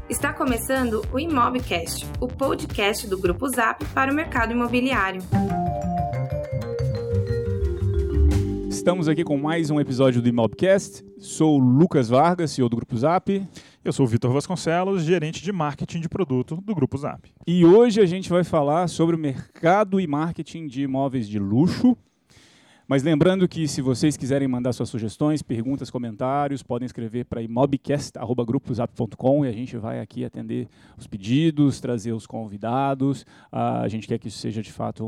Está começando o Imobcast, o podcast do Grupo Zap para o mercado imobiliário. Estamos aqui com mais um episódio do Imobcast. Sou o Lucas Vargas, CEO do Grupo Zap. Eu sou o Vitor Vasconcelos, gerente de marketing de produto do Grupo Zap. E hoje a gente vai falar sobre o mercado e marketing de imóveis de luxo. Mas lembrando que se vocês quiserem mandar suas sugestões, perguntas, comentários, podem escrever para imobcast@grupozap.com e a gente vai aqui atender os pedidos, trazer os convidados. A gente quer que isso seja, de fato,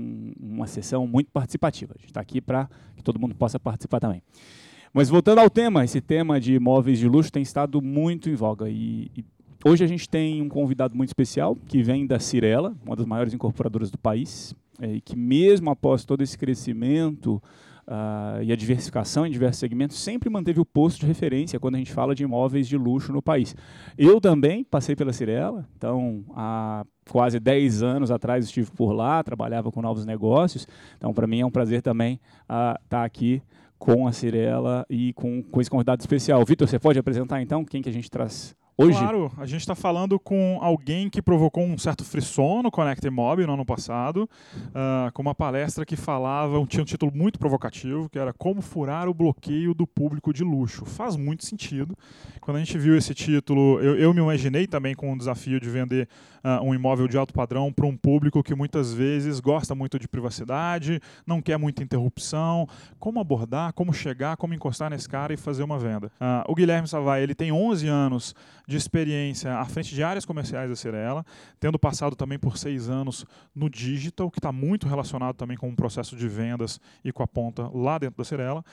uma sessão muito participativa. A gente está aqui para que todo mundo possa participar também. Mas voltando ao tema, esse tema de imóveis de luxo tem estado muito em voga e hoje a gente tem um convidado muito especial que vem da Cyrela, uma das maiores incorporadoras do país, e que mesmo após todo esse crescimento e a diversificação em diversos segmentos, sempre manteve o posto de referência quando a gente fala de imóveis de luxo no país. Eu também passei pela Cyrela, então há quase 10 anos atrás estive por lá, trabalhava com novos negócios, então para mim é um prazer também estar aqui com a Cyrela e com esse convidado especial. Vitor, você pode apresentar então quem que a gente traz hoje? Claro, a gente está falando com alguém que provocou um certo frisson no Connect Imob no ano passado, com uma palestra que tinha um título muito provocativo, que era Como Furar o Bloqueio do Público de Luxo. Faz muito sentido. Quando a gente viu esse título, eu me imaginei também com o desafio de vender um imóvel de alto padrão para um público que muitas vezes gosta muito de privacidade, não quer muita interrupção, como abordar, como chegar, como encostar nesse cara e fazer uma venda. O Guilherme Savai, ele tem 11 anos de experiência à frente de áreas comerciais da Cyrela, tendo passado também por 6 anos no digital, que está muito relacionado também com o processo de vendas e com a ponta lá dentro da Cyrela.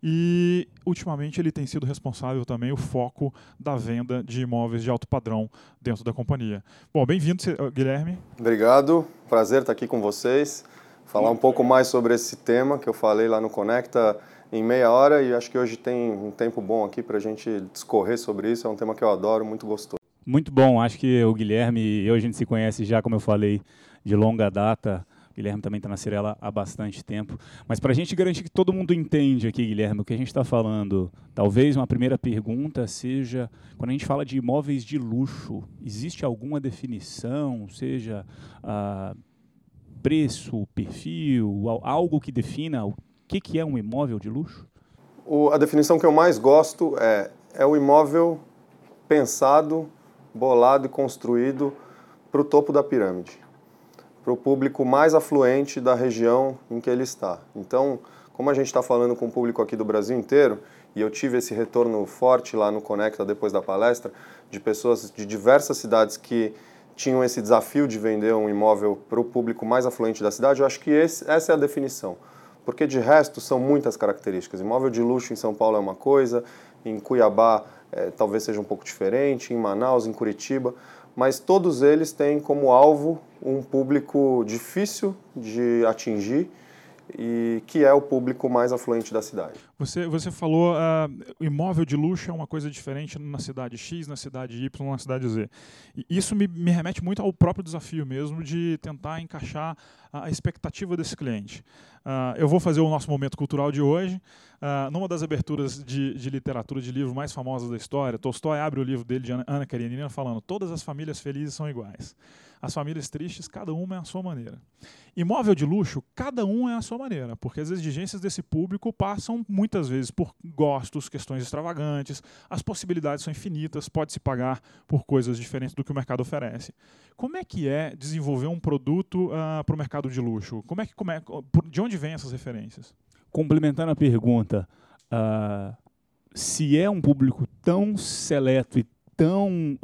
E, ultimamente, ele tem sido responsável também o foco da venda de imóveis de alto padrão dentro da companhia. Bom, bem-vindo, Guilherme. Obrigado, prazer estar aqui com vocês. Falar um pouco mais sobre esse tema que eu falei lá no Conecta em meia hora e acho que hoje tem um tempo bom aqui para a gente discorrer sobre isso. É um tema que eu adoro, muito gostoso. Muito bom, acho que o Guilherme e eu, a gente se conhece já, como eu falei, de longa data. O Guilherme também está na Cyrela há bastante tempo. Mas para a gente garantir que todo mundo entende aqui, Guilherme, o que a gente está falando, talvez uma primeira pergunta seja, quando a gente fala de imóveis de luxo, existe alguma definição, seja preço, perfil, algo que defina o que é um imóvel de luxo? A definição que eu mais gosto é o imóvel pensado, bolado e construído para o topo da pirâmide, para o público mais afluente da região em que ele está. Então, como a gente está falando com o público aqui do Brasil inteiro, e eu tive esse retorno forte lá no Conecta depois da palestra, de pessoas de diversas cidades que tinham esse desafio de vender um imóvel para o público mais afluente da cidade, eu acho que essa é a definição. Porque de resto são muitas características. Imóvel de luxo em São Paulo é uma coisa, em Cuiabá talvez seja um pouco diferente, em Manaus, em Curitiba, mas todos eles têm como alvo um público difícil de atingir e que é o público mais afluente da cidade. Você falou o imóvel de luxo é uma coisa diferente na cidade X, na cidade Y, na cidade Z. E isso me remete muito ao próprio desafio mesmo de tentar encaixar a expectativa desse cliente. Eu vou fazer o nosso momento cultural de hoje. Numa das aberturas de literatura de livro mais famosas da história, Tolstói abre o livro dele de Ana Karenina falando: todas as famílias felizes são iguais. As famílias tristes, cada uma é a sua maneira. Imóvel de luxo, cada um é a sua maneira, porque as exigências desse público passam muitas vezes por gostos, questões extravagantes, as possibilidades são infinitas, pode-se pagar por coisas diferentes do que o mercado oferece. Como é que é desenvolver um produto para o mercado de luxo? De onde vêm essas referências? Complementando a pergunta, se é um público tão seleto e tão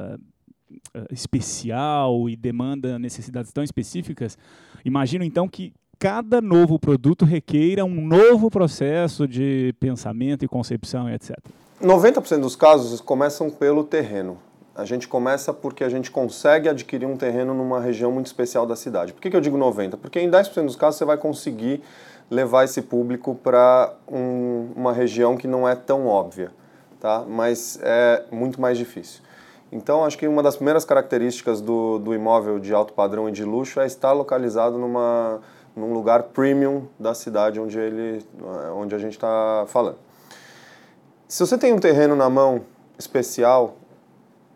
especial e demanda necessidades tão específicas, imagino então que cada novo produto requeira um novo processo de pensamento e concepção e etc. 90% dos casos começam pelo terreno. A gente começa porque a gente consegue adquirir um terreno numa região muito especial da cidade. Por que eu digo 90%? Porque em 10% dos casos você vai conseguir levar esse público para uma região que não é tão óbvia, tá? Mas é muito mais difícil. Então, acho que uma das primeiras características do imóvel de alto padrão e de luxo é estar localizado num lugar premium da cidade onde a gente está falando. Se você tem um terreno na mão especial,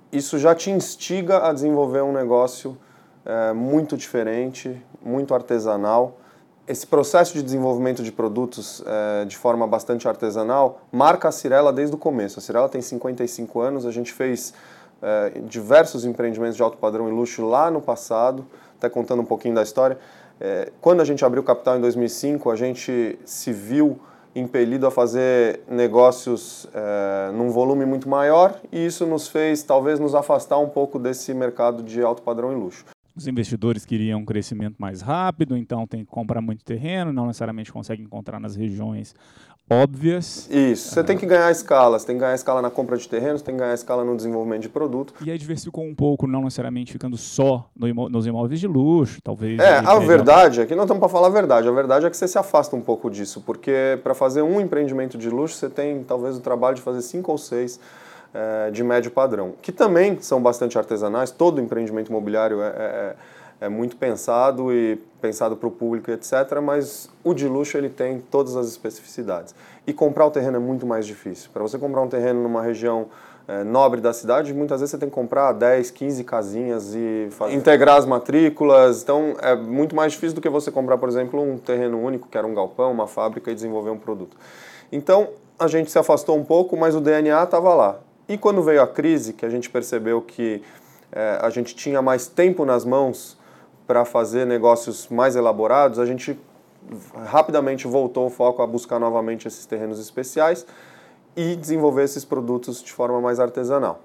isso já te instiga a desenvolver um negócio muito diferente, muito artesanal. Esse processo de desenvolvimento de produtos de forma bastante artesanal marca a Cyrela desde o começo. A Cyrela tem 55 anos, a gente fez diversos empreendimentos de alto padrão e luxo lá no passado, até contando um pouquinho da história. Quando a gente abriu o capital em 2005, a gente se viu impelido a fazer negócios num volume muito maior, e isso nos fez, talvez, nos afastar um pouco desse mercado de alto padrão e luxo. Os investidores queriam um crescimento mais rápido, então tem que comprar muito terreno, não necessariamente consegue encontrar nas regiões óbvias. Isso, você tem que ganhar escala, você tem que ganhar escala na compra de terrenos, tem que ganhar escala no desenvolvimento de produto. E aí diversificou um pouco, não necessariamente ficando só nos imóveis de luxo, talvez... A verdade é que não estamos para falar a verdade é que você se afasta um pouco disso, porque para fazer um empreendimento de luxo você tem talvez o trabalho de fazer 5 ou 6 de médio padrão, que também são bastante artesanais. Todo empreendimento imobiliário é muito pensado e pensado para o público, etc., mas o de luxo ele tem todas as especificidades. E comprar o terreno é muito mais difícil. Para você comprar um terreno numa região nobre da cidade, muitas vezes você tem que comprar 10, 15 casinhas e integrar as matrículas. Então é muito mais difícil do que você comprar, por exemplo, um terreno único, que era um galpão, uma fábrica, e desenvolver um produto. Então a gente se afastou um pouco, mas o DNA estava lá. E quando veio a crise, que a gente percebeu que a gente tinha mais tempo nas mãos para fazer negócios mais elaborados, a gente rapidamente voltou o foco a buscar novamente esses terrenos especiais e desenvolver esses produtos de forma mais artesanal.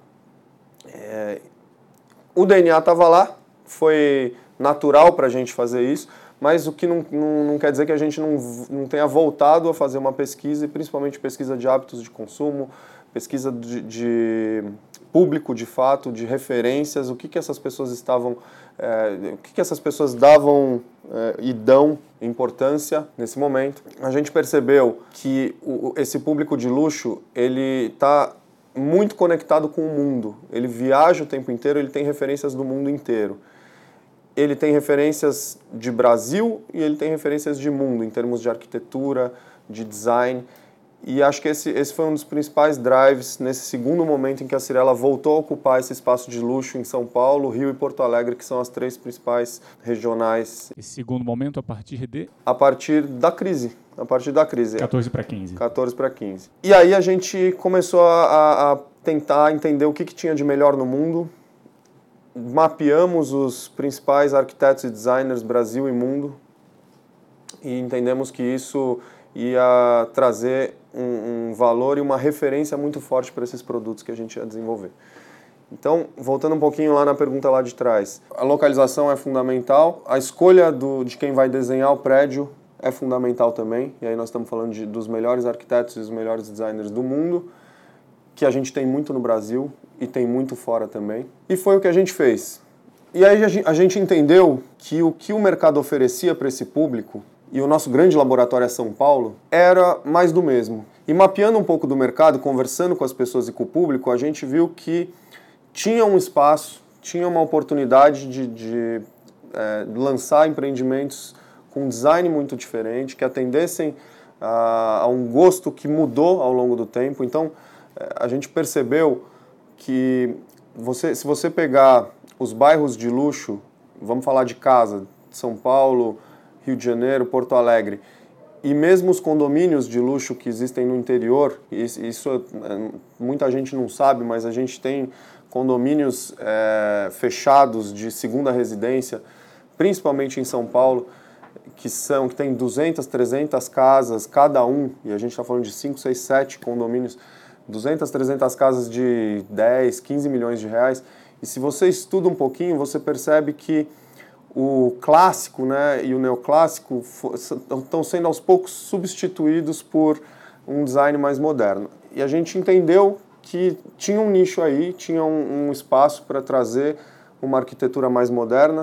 O DNA estava lá, foi natural para a gente fazer isso, mas o que não quer dizer que a gente não tenha voltado a fazer uma pesquisa, e principalmente pesquisa de hábitos de consumo, pesquisa de público de fato, de referências, o que essas pessoas estavam, o que essas pessoas davam e dão importância nesse momento. A gente percebeu que esse público de luxo, ele está muito conectado com o mundo, ele viaja o tempo inteiro, ele tem referências do mundo inteiro. Ele tem referências de Brasil e ele tem referências de mundo, em termos de arquitetura, de design. E acho que esse foi um dos principais drives nesse segundo momento em que a Cyrela voltou a ocupar esse espaço de luxo em São Paulo, Rio e Porto Alegre, que são as 3 principais regionais. Esse segundo momento a partir de? A partir da crise. 14 para 15. 14 para 15. E aí a gente começou a tentar entender o que tinha de melhor no mundo. Mapeamos os principais arquitetos e designers Brasil e mundo e entendemos que isso ia trazer um valor e uma referência muito forte para esses produtos que a gente ia desenvolver. Então, voltando um pouquinho lá na pergunta lá de trás, a localização é fundamental, a escolha de quem vai desenhar o prédio é fundamental também, e aí nós estamos falando dos melhores arquitetos e dos melhores designers do mundo, que a gente tem muito no Brasil e tem muito fora também. E foi o que a gente fez. E aí a gente entendeu que o que o mercado oferecia para esse público, e o nosso grande laboratório é São Paulo, era mais do mesmo. E mapeando um pouco do mercado, conversando com as pessoas e com o público, a gente viu que tinha um espaço, tinha uma oportunidade de lançar empreendimentos com um design muito diferente, que atendessem a um gosto que mudou ao longo do tempo. Então, a gente percebeu que se você pegar os bairros de luxo, vamos falar de casa, São Paulo, Rio de Janeiro, Porto Alegre, e mesmo os condomínios de luxo que existem no interior, isso muita gente não sabe, mas a gente tem condomínios fechados de segunda residência, principalmente em São Paulo, que tem 200, 300 casas cada um, e a gente está falando de 5, 6, 7 condomínios, 200, 300 casas de 10, 15 milhões de reais. E se você estuda um pouquinho, você percebe que o clássico, né, e o neoclássico estão sendo aos poucos substituídos por um design mais moderno. E a gente entendeu que tinha um nicho aí, tinha um espaço para trazer uma arquitetura mais moderna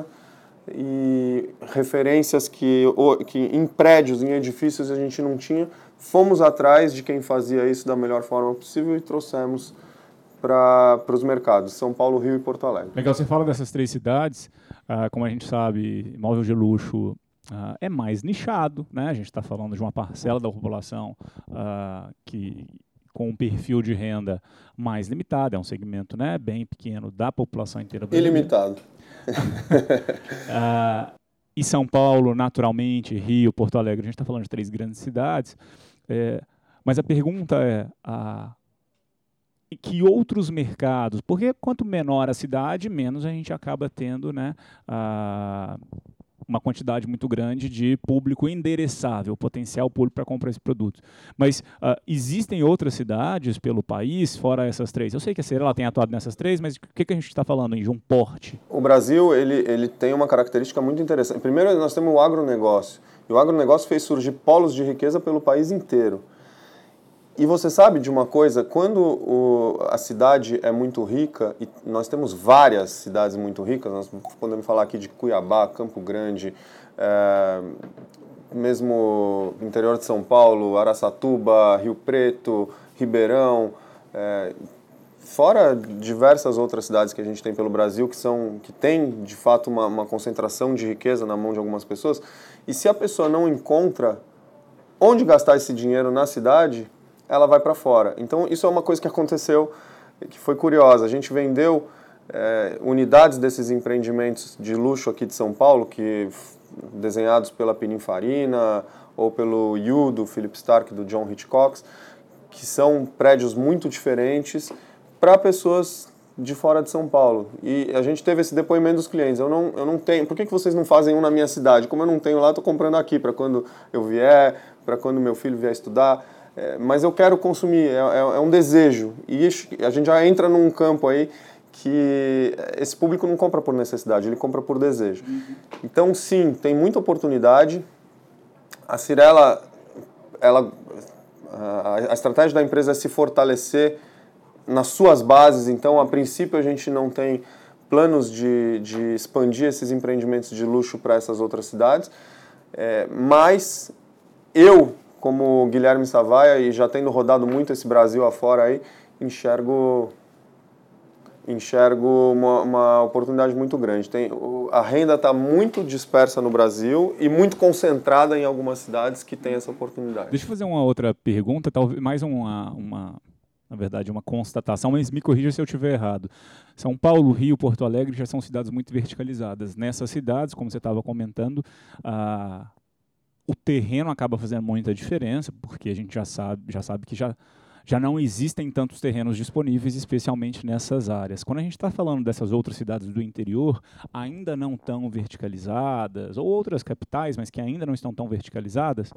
e referências que em prédios, em edifícios a gente não tinha. Fomos atrás de quem fazia isso da melhor forma possível e trouxemos para os mercados, São Paulo, Rio e Porto Alegre. Legal, você fala dessas 3 cidades, como a gente sabe, imóvel de luxo é mais nichado, né? A gente está falando de uma parcela da população que com um perfil de renda mais limitado, é um segmento, né, bem pequeno da população inteira brasileira. Ilimitado. E São Paulo, naturalmente, Rio, Porto Alegre, a gente está falando de 3 grandes cidades, mas a pergunta é, que outros mercados, porque quanto menor a cidade, menos a gente acaba tendo, né, uma quantidade muito grande de público endereçável, potencial público para comprar esse produto. Mas existem outras cidades pelo país, fora essas 3? Eu sei que a Cyrela tem atuado nessas 3, mas o que a gente está falando de um porte? O Brasil ele tem uma característica muito interessante. Primeiro, nós temos o agronegócio. E o agronegócio fez surgir polos de riqueza pelo país inteiro. E você sabe de uma coisa, quando a cidade é muito rica, e nós temos várias cidades muito ricas, nós podemos falar aqui de Cuiabá, Campo Grande, mesmo interior de São Paulo, Araçatuba, Rio Preto, Ribeirão, fora diversas outras cidades que a gente tem pelo Brasil que tem de fato uma concentração de riqueza na mão de algumas pessoas, e se a pessoa não encontra onde gastar esse dinheiro na cidade, ela vai para fora. Então, isso é uma coisa que aconteceu, que foi curiosa. A gente vendeu unidades desses empreendimentos de luxo aqui de São Paulo, desenhados pela Pininfarina ou pelo You, do Philip Stark, do John Hitchcock, que são prédios muito diferentes para pessoas de fora de São Paulo. E a gente teve esse depoimento dos clientes. Eu não tenho. Por que vocês não fazem um na minha cidade? Como eu não tenho lá, estou comprando aqui para quando eu vier, para quando meu filho vier estudar. Mas eu quero consumir, é um desejo. E a gente já entra num campo aí que esse público não compra por necessidade, ele compra por desejo. Então, sim, tem muita oportunidade. A Cyrela, a estratégia da empresa é se fortalecer nas suas bases. Então, a princípio, a gente não tem planos de expandir esses empreendimentos de luxo para essas outras cidades. Mas como Guilherme Savaia, e já tendo rodado muito esse Brasil afora aí, enxergo uma oportunidade muito grande. A renda está muito dispersa no Brasil e muito concentrada em algumas cidades que têm essa oportunidade. Deixa eu fazer uma outra pergunta, talvez mais na verdade, uma constatação, mas me corrija se eu estiver errado. São Paulo, Rio, Porto Alegre já são cidades muito verticalizadas. Nessas cidades, como você estava comentando, o terreno acaba fazendo muita diferença, porque a gente já sabe que já não existem tantos terrenos disponíveis, especialmente nessas áreas. Quando a gente está falando dessas outras cidades do interior, ainda não tão verticalizadas, ou outras capitais, mas que ainda não estão tão verticalizadas,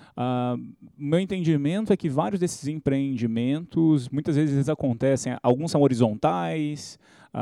meu entendimento é que vários desses empreendimentos, muitas vezes eles acontecem, alguns são horizontais,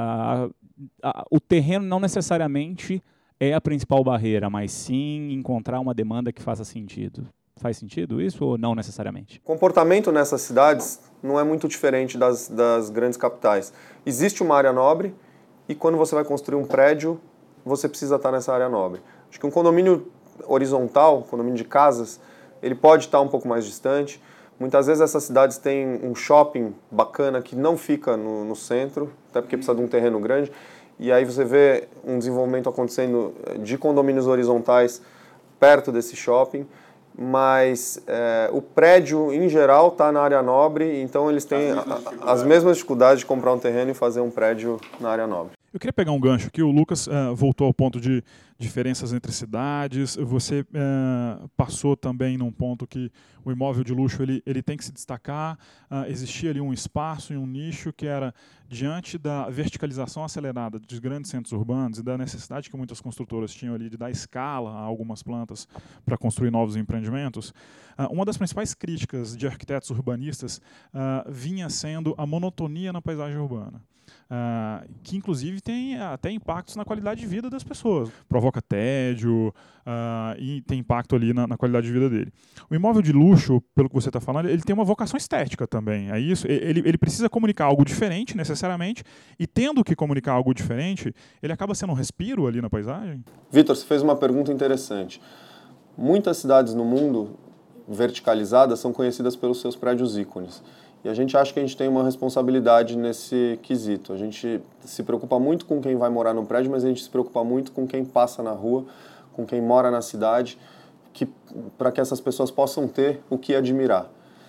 o terreno não necessariamente é a principal barreira, mas sim encontrar uma demanda que faça sentido. Faz sentido isso ou não necessariamente? O comportamento nessas cidades não é muito diferente das grandes capitais. Existe uma área nobre e quando você vai construir um prédio, você precisa estar nessa área nobre. Acho que um condomínio horizontal, condomínio de casas, ele pode estar um pouco mais distante. Muitas vezes essas cidades têm um shopping bacana que não fica no centro, até porque precisa de um terreno grande. E aí você vê um desenvolvimento acontecendo de condomínios horizontais perto desse shopping, mas o prédio, em geral, está na área nobre, então eles têm as mesmas dificuldades de comprar um terreno e fazer um prédio na área nobre. Eu queria pegar um gancho aqui, o Lucas voltou ao ponto de diferenças entre cidades, você passou também num ponto que o imóvel de luxo ele tem que se destacar, existia ali um espaço e um nicho que era diante da verticalização acelerada dos grandes centros urbanos e da necessidade que muitas construtoras tinham ali de dar escala a algumas plantas para construir novos empreendimentos, uma das principais críticas de arquitetos urbanistas vinha sendo a monotonia na paisagem urbana. Que inclusive tem até impactos na qualidade de vida das pessoas. Provoca tédio e tem impacto ali na qualidade de vida dele. O imóvel de luxo, pelo que você está falando, ele tem uma vocação estética também. É isso. Ele precisa comunicar algo diferente, necessariamente, e tendo que comunicar algo diferente, ele acaba sendo um respiro ali na paisagem? Vitor, você fez uma pergunta interessante. Muitas cidades no mundo verticalizadas são conhecidas pelos seus prédios ícones. E a gente acha que a gente tem uma responsabilidade nesse quesito. A gente se preocupa muito com quem vai morar no prédio, mas a gente se preocupa muito com quem passa na rua, com quem mora na cidade, para que essas pessoas possam ter o que admirar.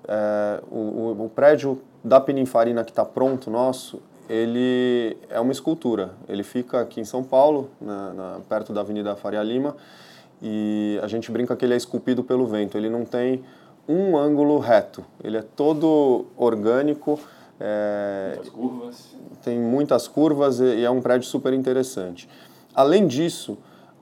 O prédio da Pininfarina que está pronto, nosso, ele é uma escultura. Ele fica aqui em São Paulo, perto da Avenida Faria Lima, e a gente brinca que ele é esculpido pelo vento. Ele não tem um ângulo reto, ele é todo orgânico, Muitas curvas. Tem muitas curvas e é um prédio super interessante. Além disso,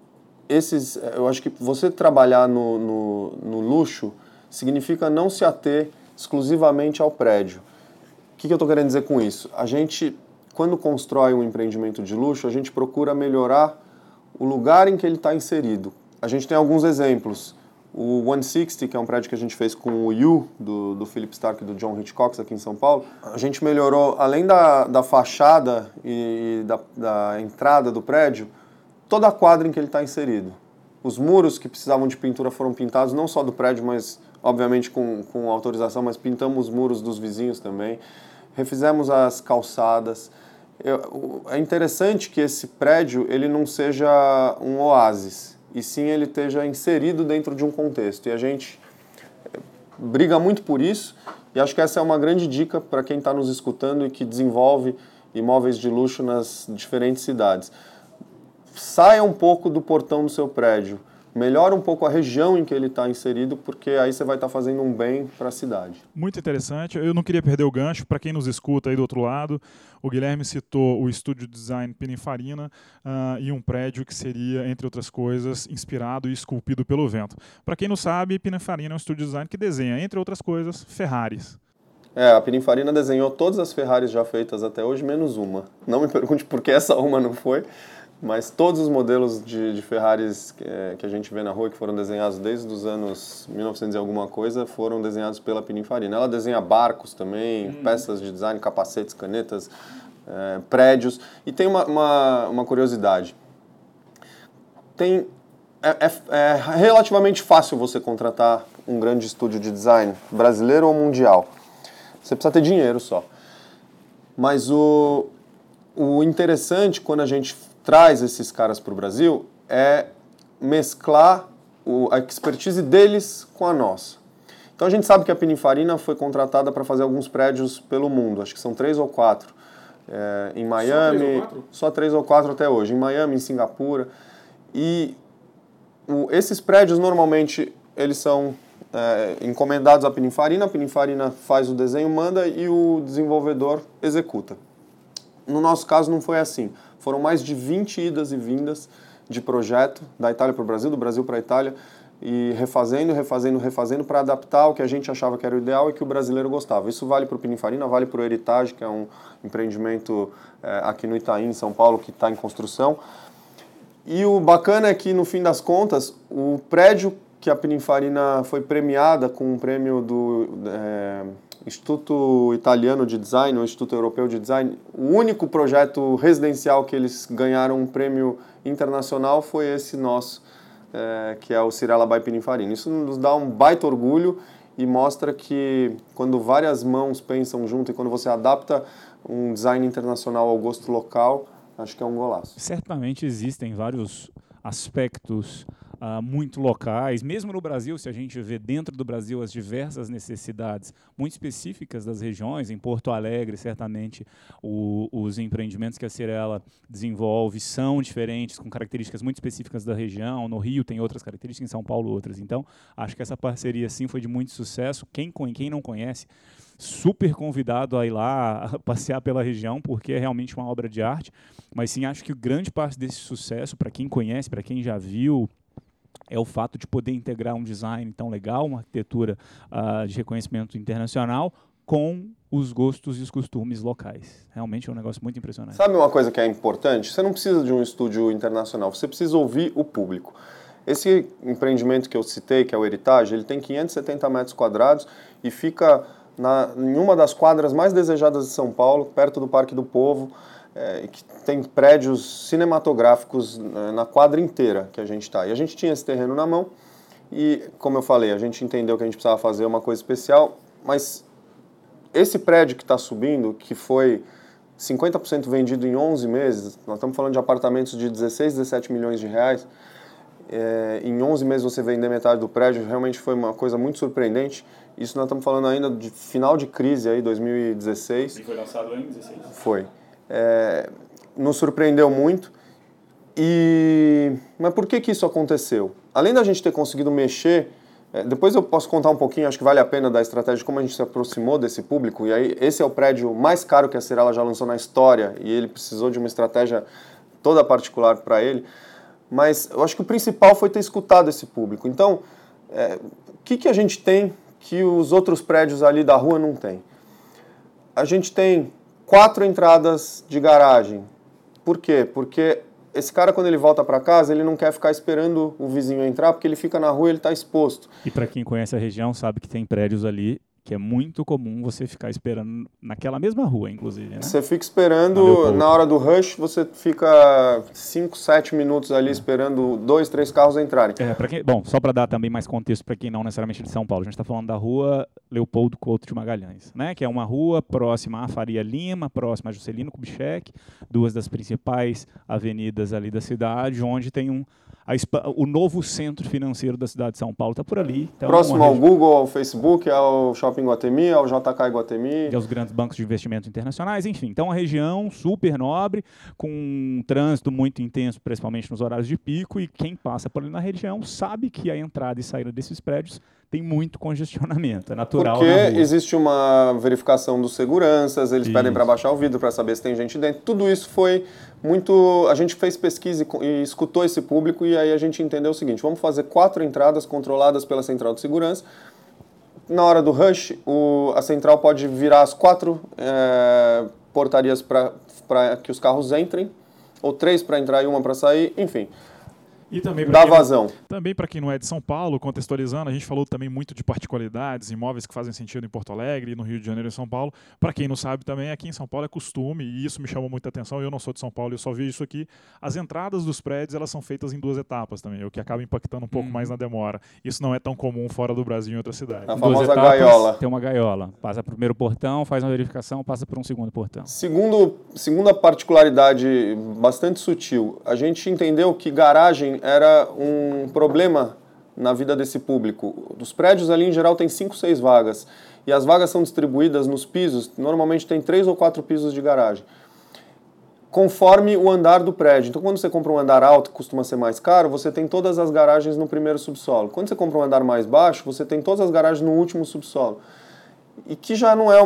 eu acho que você trabalhar no luxo significa não se ater exclusivamente ao prédio. O que eu estou querendo dizer com isso? A gente, quando constrói um empreendimento de luxo, a gente procura melhorar o lugar em que ele está inserido. A gente tem alguns exemplos. O 160, que é um prédio que a gente fez com o You, do Philip Stark e do John Hitchcock aqui em São Paulo, a gente melhorou, além da fachada e da entrada do prédio, toda a quadra em que ele está inserido. Os muros que precisavam de pintura foram pintados, não só do prédio, mas obviamente com autorização, mas pintamos os muros dos vizinhos também. Refizemos as calçadas. É interessante que esse prédio ele não seja um oásis, e sim ele esteja inserido dentro de um contexto. E a gente briga muito por isso, e acho que essa é uma grande dica para quem está nos escutando e que desenvolve imóveis de luxo nas diferentes cidades. Saia um pouco do portão do seu prédio, melhora um pouco a região em que ele está inserido, porque aí você vai estar fazendo um bem para a cidade. Muito interessante. Eu não queria perder o gancho. Para quem nos escuta aí do outro lado, o Guilherme citou o estúdio design Pininfarina e um prédio que seria, entre outras coisas, inspirado e esculpido pelo vento. Para quem não sabe, Pininfarina é um estúdio design que desenha, entre outras coisas, Ferraris. A Pininfarina desenhou todas as Ferraris já feitas até hoje, menos uma. Não me pergunte por que essa uma não foi, mas todos os modelos de Ferraris que a gente vê na rua, que foram desenhados desde os anos 1900 e alguma coisa, foram desenhados pela Pininfarina. Ela desenha barcos também, peças de design, capacetes, canetas, prédios. E tem uma curiosidade. É relativamente fácil você contratar um grande estúdio de design, brasileiro ou mundial. Você precisa ter dinheiro só. Mas o interessante, quando a gente traz esses caras para o Brasil, é mesclar a expertise deles com a nossa. Então a gente sabe que a Pininfarina foi contratada para fazer alguns prédios pelo mundo, acho que são 3 ou 4. Em Miami, só 3 ou 4 até hoje, em Miami, em Singapura. E esses prédios normalmente eles são encomendados à Pininfarina, a Pininfarina faz o desenho, manda e o desenvolvedor executa. No nosso caso não foi assim. Foram mais de 20 idas e vindas de projeto, da Itália para o Brasil, do Brasil para a Itália, e refazendo para adaptar o que a gente achava que era o ideal e que o brasileiro gostava. Isso vale para o Pininfarina, vale para o Heritage, que é um empreendimento aqui no Itaim, em São Paulo, que está em construção. E o bacana é que, no fim das contas, o prédio que a Pininfarina foi premiada com um prêmio do Instituto Italiano de Design, ou Instituto Europeu de Design, o único projeto residencial que eles ganharam um prêmio internacional foi esse nosso, que é o Cirela by Pininfarina. Isso nos dá um baita orgulho e mostra que quando várias mãos pensam junto e quando você adapta um design internacional ao gosto local, acho que é um golaço. Certamente existem vários aspectos muito locais, mesmo no Brasil, se a gente vê dentro do Brasil as diversas necessidades muito específicas das regiões, em Porto Alegre, certamente os empreendimentos que a Cirela desenvolve são diferentes, com características muito específicas da região, no Rio tem outras características, em São Paulo outras, então acho que essa parceria sim foi de muito sucesso. Quem não conhece, super convidado a ir lá a passear pela região, porque é realmente uma obra de arte, mas sim acho que grande parte desse sucesso, para quem conhece, para quem já viu, é o fato de poder integrar um design tão legal, uma arquitetura de reconhecimento internacional, com os gostos e os costumes locais. Realmente é um negócio muito impressionante. Sabe uma coisa que é importante? Você não precisa de um estúdio internacional, você precisa ouvir o público. Esse empreendimento que eu citei, que é o Heritage, ele tem 570 metros quadrados e fica em uma das quadras mais desejadas de São Paulo, perto do Parque do Povo, que tem prédios cinematográficos na quadra inteira que a gente está. E a gente tinha esse terreno na mão e, como eu falei, a gente entendeu que a gente precisava fazer uma coisa especial, mas esse prédio que está subindo, que foi 50% vendido em 11 meses, nós estamos falando de apartamentos de 16, 17 milhões de reais, em 11 meses você vender metade do prédio, realmente foi uma coisa muito surpreendente. Isso nós estamos falando ainda de final de crise, aí, 2016. E foi lançado em 2016? Foi. Nos surpreendeu muito. Mas por que isso aconteceu? Além da gente ter conseguido mexer, depois eu posso contar um pouquinho, acho que vale a pena, da estratégia de como a gente se aproximou desse público, e aí esse é o prédio mais caro que a Cyrela já lançou na história, e ele precisou de uma estratégia toda particular para ele, mas eu acho que o principal foi ter escutado esse público. Então, o que a gente tem que os outros prédios ali da rua não tem? A gente tem 4 entradas de garagem. Por quê? Porque esse cara, quando ele volta para casa, ele não quer ficar esperando o vizinho entrar, porque ele fica na rua e ele está exposto. E para quem conhece a região, sabe que tem prédios ali que é muito comum você ficar esperando naquela mesma rua, inclusive, né? Você fica esperando, na hora do rush, você fica 5, 7 minutos ali esperando 2, 3 carros entrarem. Bom, só para dar também mais contexto para quem não necessariamente é de São Paulo, a gente está falando da rua Leopoldo Couto de Magalhães, né? Que é uma rua próxima à Faria Lima, próxima a Juscelino Kubitschek, 2 das principais avenidas ali da cidade, onde tem o novo centro financeiro da cidade de São Paulo, está por ali. Então, próximo ao Google, ao Facebook, ao Shopping Iguatemi, ao JK Iguatemi. E aos grandes bancos de investimentos internacionais, enfim. Então, uma região super nobre, com um trânsito muito intenso, principalmente nos horários de pico, e quem passa por ali na região sabe que a entrada e saída desses prédios tem muito congestionamento, é natural. Porque existe uma verificação dos seguranças, eles pedem para baixar o vidro para saber se tem gente dentro. Tudo isso foi muito... A gente fez pesquisa e escutou esse público, e aí a gente entendeu o seguinte: vamos fazer 4 entradas controladas pela central de segurança. Na hora do rush, a central pode virar as 4 portarias para que os carros entrem, ou 3 para entrar e 1 para sair, enfim. E também dá vazão. Também para quem não é de São Paulo, contextualizando, a gente falou também muito de particularidades, imóveis que fazem sentido em Porto Alegre, no Rio de Janeiro e São Paulo. Para quem não sabe também, aqui em São Paulo é costume, e isso me chamou muita atenção, eu não sou de São Paulo, eu só vi isso aqui, as entradas dos prédios elas são feitas em 2 etapas também, o que acaba impactando um pouco mais na demora. Isso não é tão comum fora do Brasil em outras cidades. A famosa gaiola. Tem uma gaiola, passa para o primeiro portão, faz uma verificação, passa para um segundo portão. Segunda particularidade bastante sutil, a gente entendeu que garagem era um problema na vida desse público. Os prédios ali, em geral, tem 5, 6 vagas. E as vagas são distribuídas nos pisos, normalmente tem 3 ou 4 pisos de garagem, conforme o andar do prédio. Então, quando você compra um andar alto, que costuma ser mais caro, você tem todas as garagens no primeiro subsolo. Quando você compra um andar mais baixo, você tem todas as garagens no último subsolo. E que já não é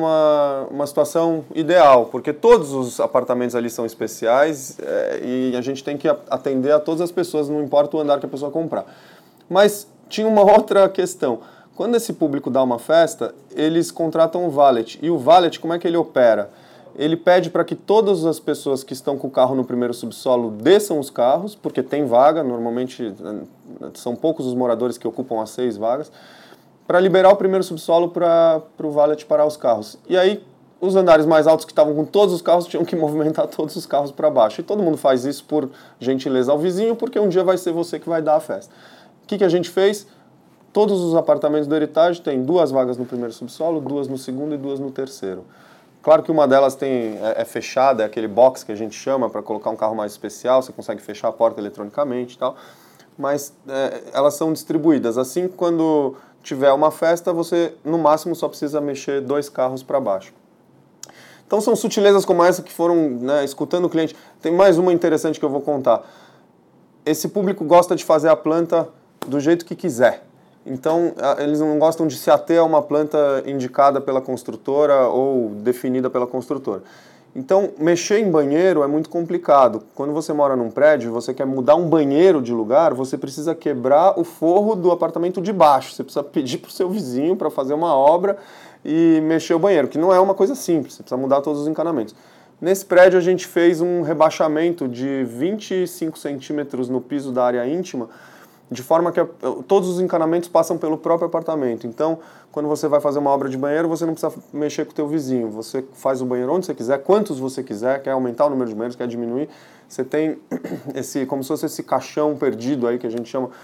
uma situação ideal, porque todos os apartamentos ali são especiais e a gente tem que atender a todas as pessoas, não importa o andar que a pessoa comprar. Mas tinha uma outra questão. Quando esse público dá uma festa, eles contratam o valet. E o valet, como é que ele opera? Ele pede para que todas as pessoas que estão com o carro no primeiro subsolo desçam os carros, porque tem vaga, normalmente são poucos os moradores que ocupam as 6 vagas, para liberar o primeiro subsolo para o valet parar os carros. E aí, os andares mais altos que estavam com todos os carros tinham que movimentar todos os carros para baixo. E todo mundo faz isso por gentileza ao vizinho, porque um dia vai ser você que vai dar a festa. O que a gente fez? Todos os apartamentos do Heritage têm 2 vagas no primeiro subsolo, 2 no segundo e 2 no terceiro. Claro que uma delas é fechada, é aquele box que a gente chama para colocar um carro mais especial, você consegue fechar a porta eletronicamente e tal, mas elas são distribuídas. Assim, quando tiver uma festa, você no máximo só precisa mexer 2 carros para baixo. Então são sutilezas como essa que foram, escutando o cliente. Tem mais uma interessante que eu vou contar. Esse público gosta de fazer a planta do jeito que quiser. Então eles não gostam de se ater a uma planta indicada pela construtora ou definida pela construtora. Então, mexer em banheiro é muito complicado. Quando você mora num prédio, você quer mudar um banheiro de lugar, você precisa quebrar o forro do apartamento de baixo. Você precisa pedir para o seu vizinho para fazer uma obra e mexer o banheiro, que não é uma coisa simples, você precisa mudar todos os encanamentos. Nesse prédio, a gente fez um rebaixamento de 25 centímetros no piso da área íntima, de forma que todos os encanamentos passam pelo próprio apartamento. Então, quando você vai fazer uma obra de banheiro, você não precisa mexer com o teu vizinho. Você faz o banheiro onde você quiser, quantos você quiser, quer aumentar o número de banheiros, quer diminuir. Você tem como se fosse esse caixão perdido aí, que a gente chama,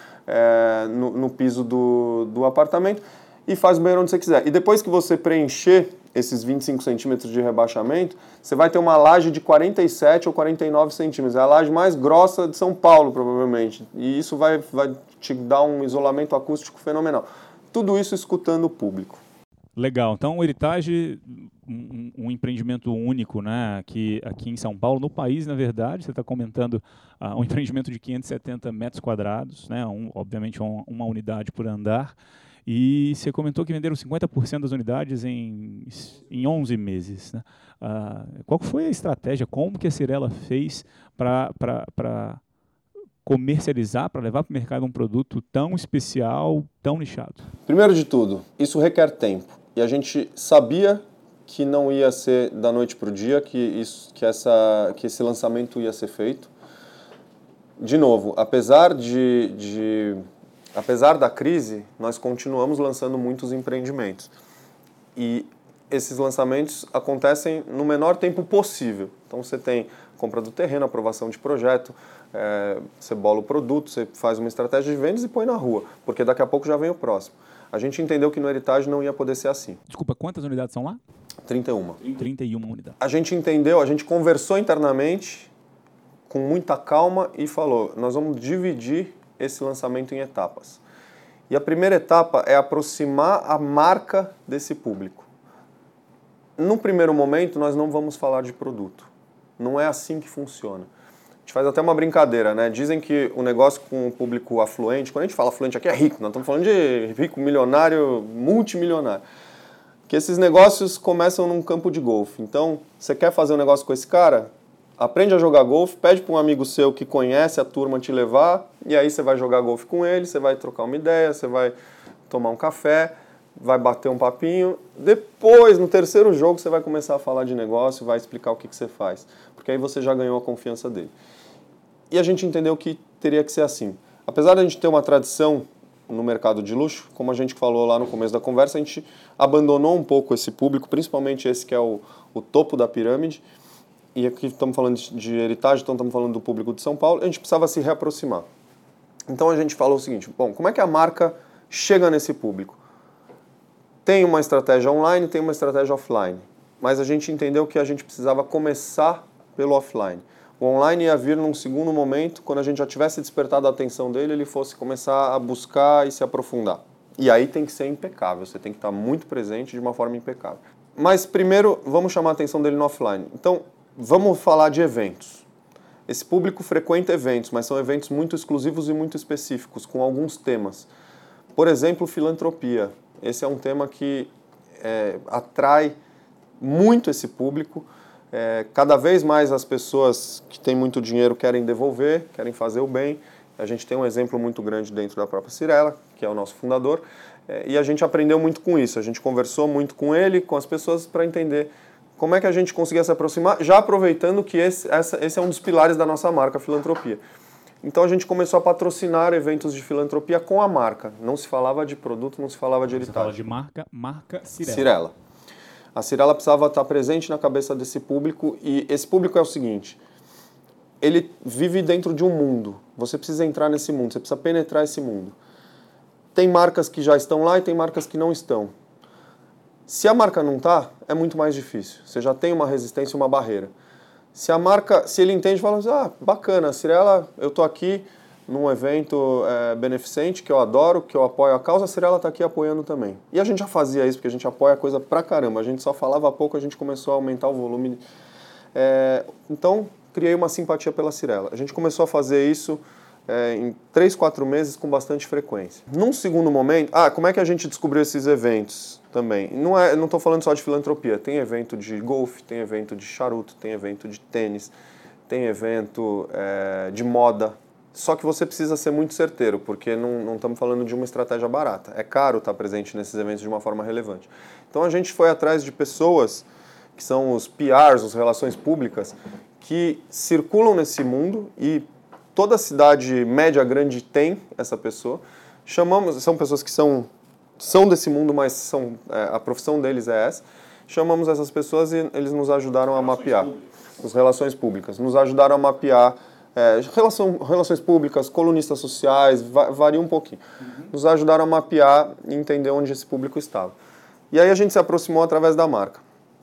no piso do apartamento, e faz o banheiro onde você quiser. E depois que você preencher esses 25 centímetros de rebaixamento, você vai ter uma laje de 47 ou 49 centímetros. É a laje mais grossa de São Paulo, provavelmente. E isso vai te dar um isolamento acústico fenomenal. tudo isso escutando o público. Legal. Então, o Heritage, um empreendimento único, né, aqui em São Paulo, no país, na verdade. Você está comentando um empreendimento de 570 metros quadrados, né, obviamente uma unidade por andar. E você comentou que venderam 50% das unidades em 11 meses. Né? Qual foi a estratégia? Como que a Cyrela fez para comercializar, para levar para o mercado um produto tão especial, tão nichado? Primeiro de tudo, isso requer tempo. E a gente sabia que não ia ser da noite para o dia, que esse lançamento ia ser feito. De novo, apesar da crise, nós continuamos lançando muitos empreendimentos. E esses lançamentos acontecem no menor tempo possível. Então você tem compra do terreno, aprovação de projeto, você bola o produto, você faz uma estratégia de vendas e põe na rua, porque daqui a pouco já vem o próximo. A gente entendeu que no Heritage não ia poder ser assim. Desculpa, quantas unidades são lá? 31. 31 unidades. A gente entendeu, a gente conversou internamente com muita calma e falou, nós vamos dividir esse lançamento em etapas. E a primeira etapa é aproximar a marca desse público. No primeiro momento, nós não vamos falar de produto. Não é assim que funciona. A gente faz até uma brincadeira, né? Dizem que o negócio com o público afluente, quando a gente fala afluente aqui é rico, nós estamos falando de rico, milionário, multimilionário. Que esses negócios começam num campo de golfe. Então, você quer fazer um negócio com esse cara? Aprende a jogar golfe, pede para um amigo seu que conhece a turma te levar, e aí você vai jogar golfe com ele, você vai trocar uma ideia, você vai tomar um café, vai bater um papinho. Depois, no terceiro jogo, você vai começar a falar de negócio, vai explicar o que você faz, porque aí você já ganhou a confiança dele. E a gente entendeu que teria que ser assim. Apesar de a gente ter uma tradição no mercado de luxo, como a gente falou lá no começo da conversa, a gente abandonou um pouco esse público, principalmente esse que é o topo da pirâmide. E aqui estamos falando de Heritage, então estamos falando do público de São Paulo, a gente precisava se reaproximar. Então a gente falou o seguinte, bom, como é que a marca chega nesse público? Tem uma estratégia online, tem uma estratégia offline, mas a gente entendeu que a gente precisava começar pelo offline. O online ia vir num segundo momento, quando a gente já tivesse despertado a atenção dele, ele fosse começar a buscar e se aprofundar. E aí tem que ser impecável, você tem que estar muito presente de uma forma impecável. Mas primeiro, vamos chamar a atenção dele no offline. Então, vamos falar de eventos. Esse público frequenta eventos, mas são eventos muito exclusivos e muito específicos, com alguns temas. Por exemplo, filantropia. Esse é um tema que atrai muito esse público. Cada vez mais as pessoas que têm muito dinheiro querem devolver, querem fazer o bem. A gente tem um exemplo muito grande dentro da própria Cyrela, que é o nosso fundador, e a gente aprendeu muito com isso. A gente conversou muito com ele, com as pessoas, para entender como é que a gente conseguia se aproximar, já aproveitando que esse é um dos pilares da nossa marca, a filantropia. Então a gente começou a patrocinar eventos de filantropia com a marca. Não se falava de produto, não se falava de Heritage. Você fala de marca Cyrela. Cyrela. A Cyrela precisava estar presente na cabeça desse público, e esse público é o seguinte, ele vive dentro de um mundo. Você precisa entrar nesse mundo, você precisa penetrar esse mundo. Tem marcas que já estão lá e tem marcas que não estão. Se a marca não está, é muito mais difícil. Você já tem uma resistência, uma barreira. Se ele entende, fala assim, bacana, Cyrela, eu estou aqui num evento beneficente que eu adoro, que eu apoio a causa, a Cyrela está aqui apoiando também. E a gente já fazia isso, porque a gente apoia a coisa pra caramba. A gente só falava pouco, a gente começou a aumentar o volume. Então, criei uma simpatia pela Cyrela. A gente começou a fazer isso em 3, 4 meses com bastante frequência. Num segundo momento, como é que a gente descobriu esses eventos também? Não estou falando só de filantropia, tem evento de golfe, tem evento de charuto, tem evento de tênis, tem evento de moda. Só que você precisa ser muito certeiro, porque não estamos falando de uma estratégia barata. É caro estar presente nesses eventos de uma forma relevante. Então a gente foi atrás de pessoas que são os PRs, as relações públicas, que circulam nesse mundo, e toda cidade média grande tem essa pessoa. São pessoas que são desse mundo, mas a profissão deles é essa. Chamamos essas pessoas e eles nos ajudaram a mapear. As relações públicas. Nos ajudaram a mapear relações públicas, colunistas sociais, varia um pouquinho. Nos ajudaram a mapear e entender onde esse público estava. E aí a gente se aproximou através da marca.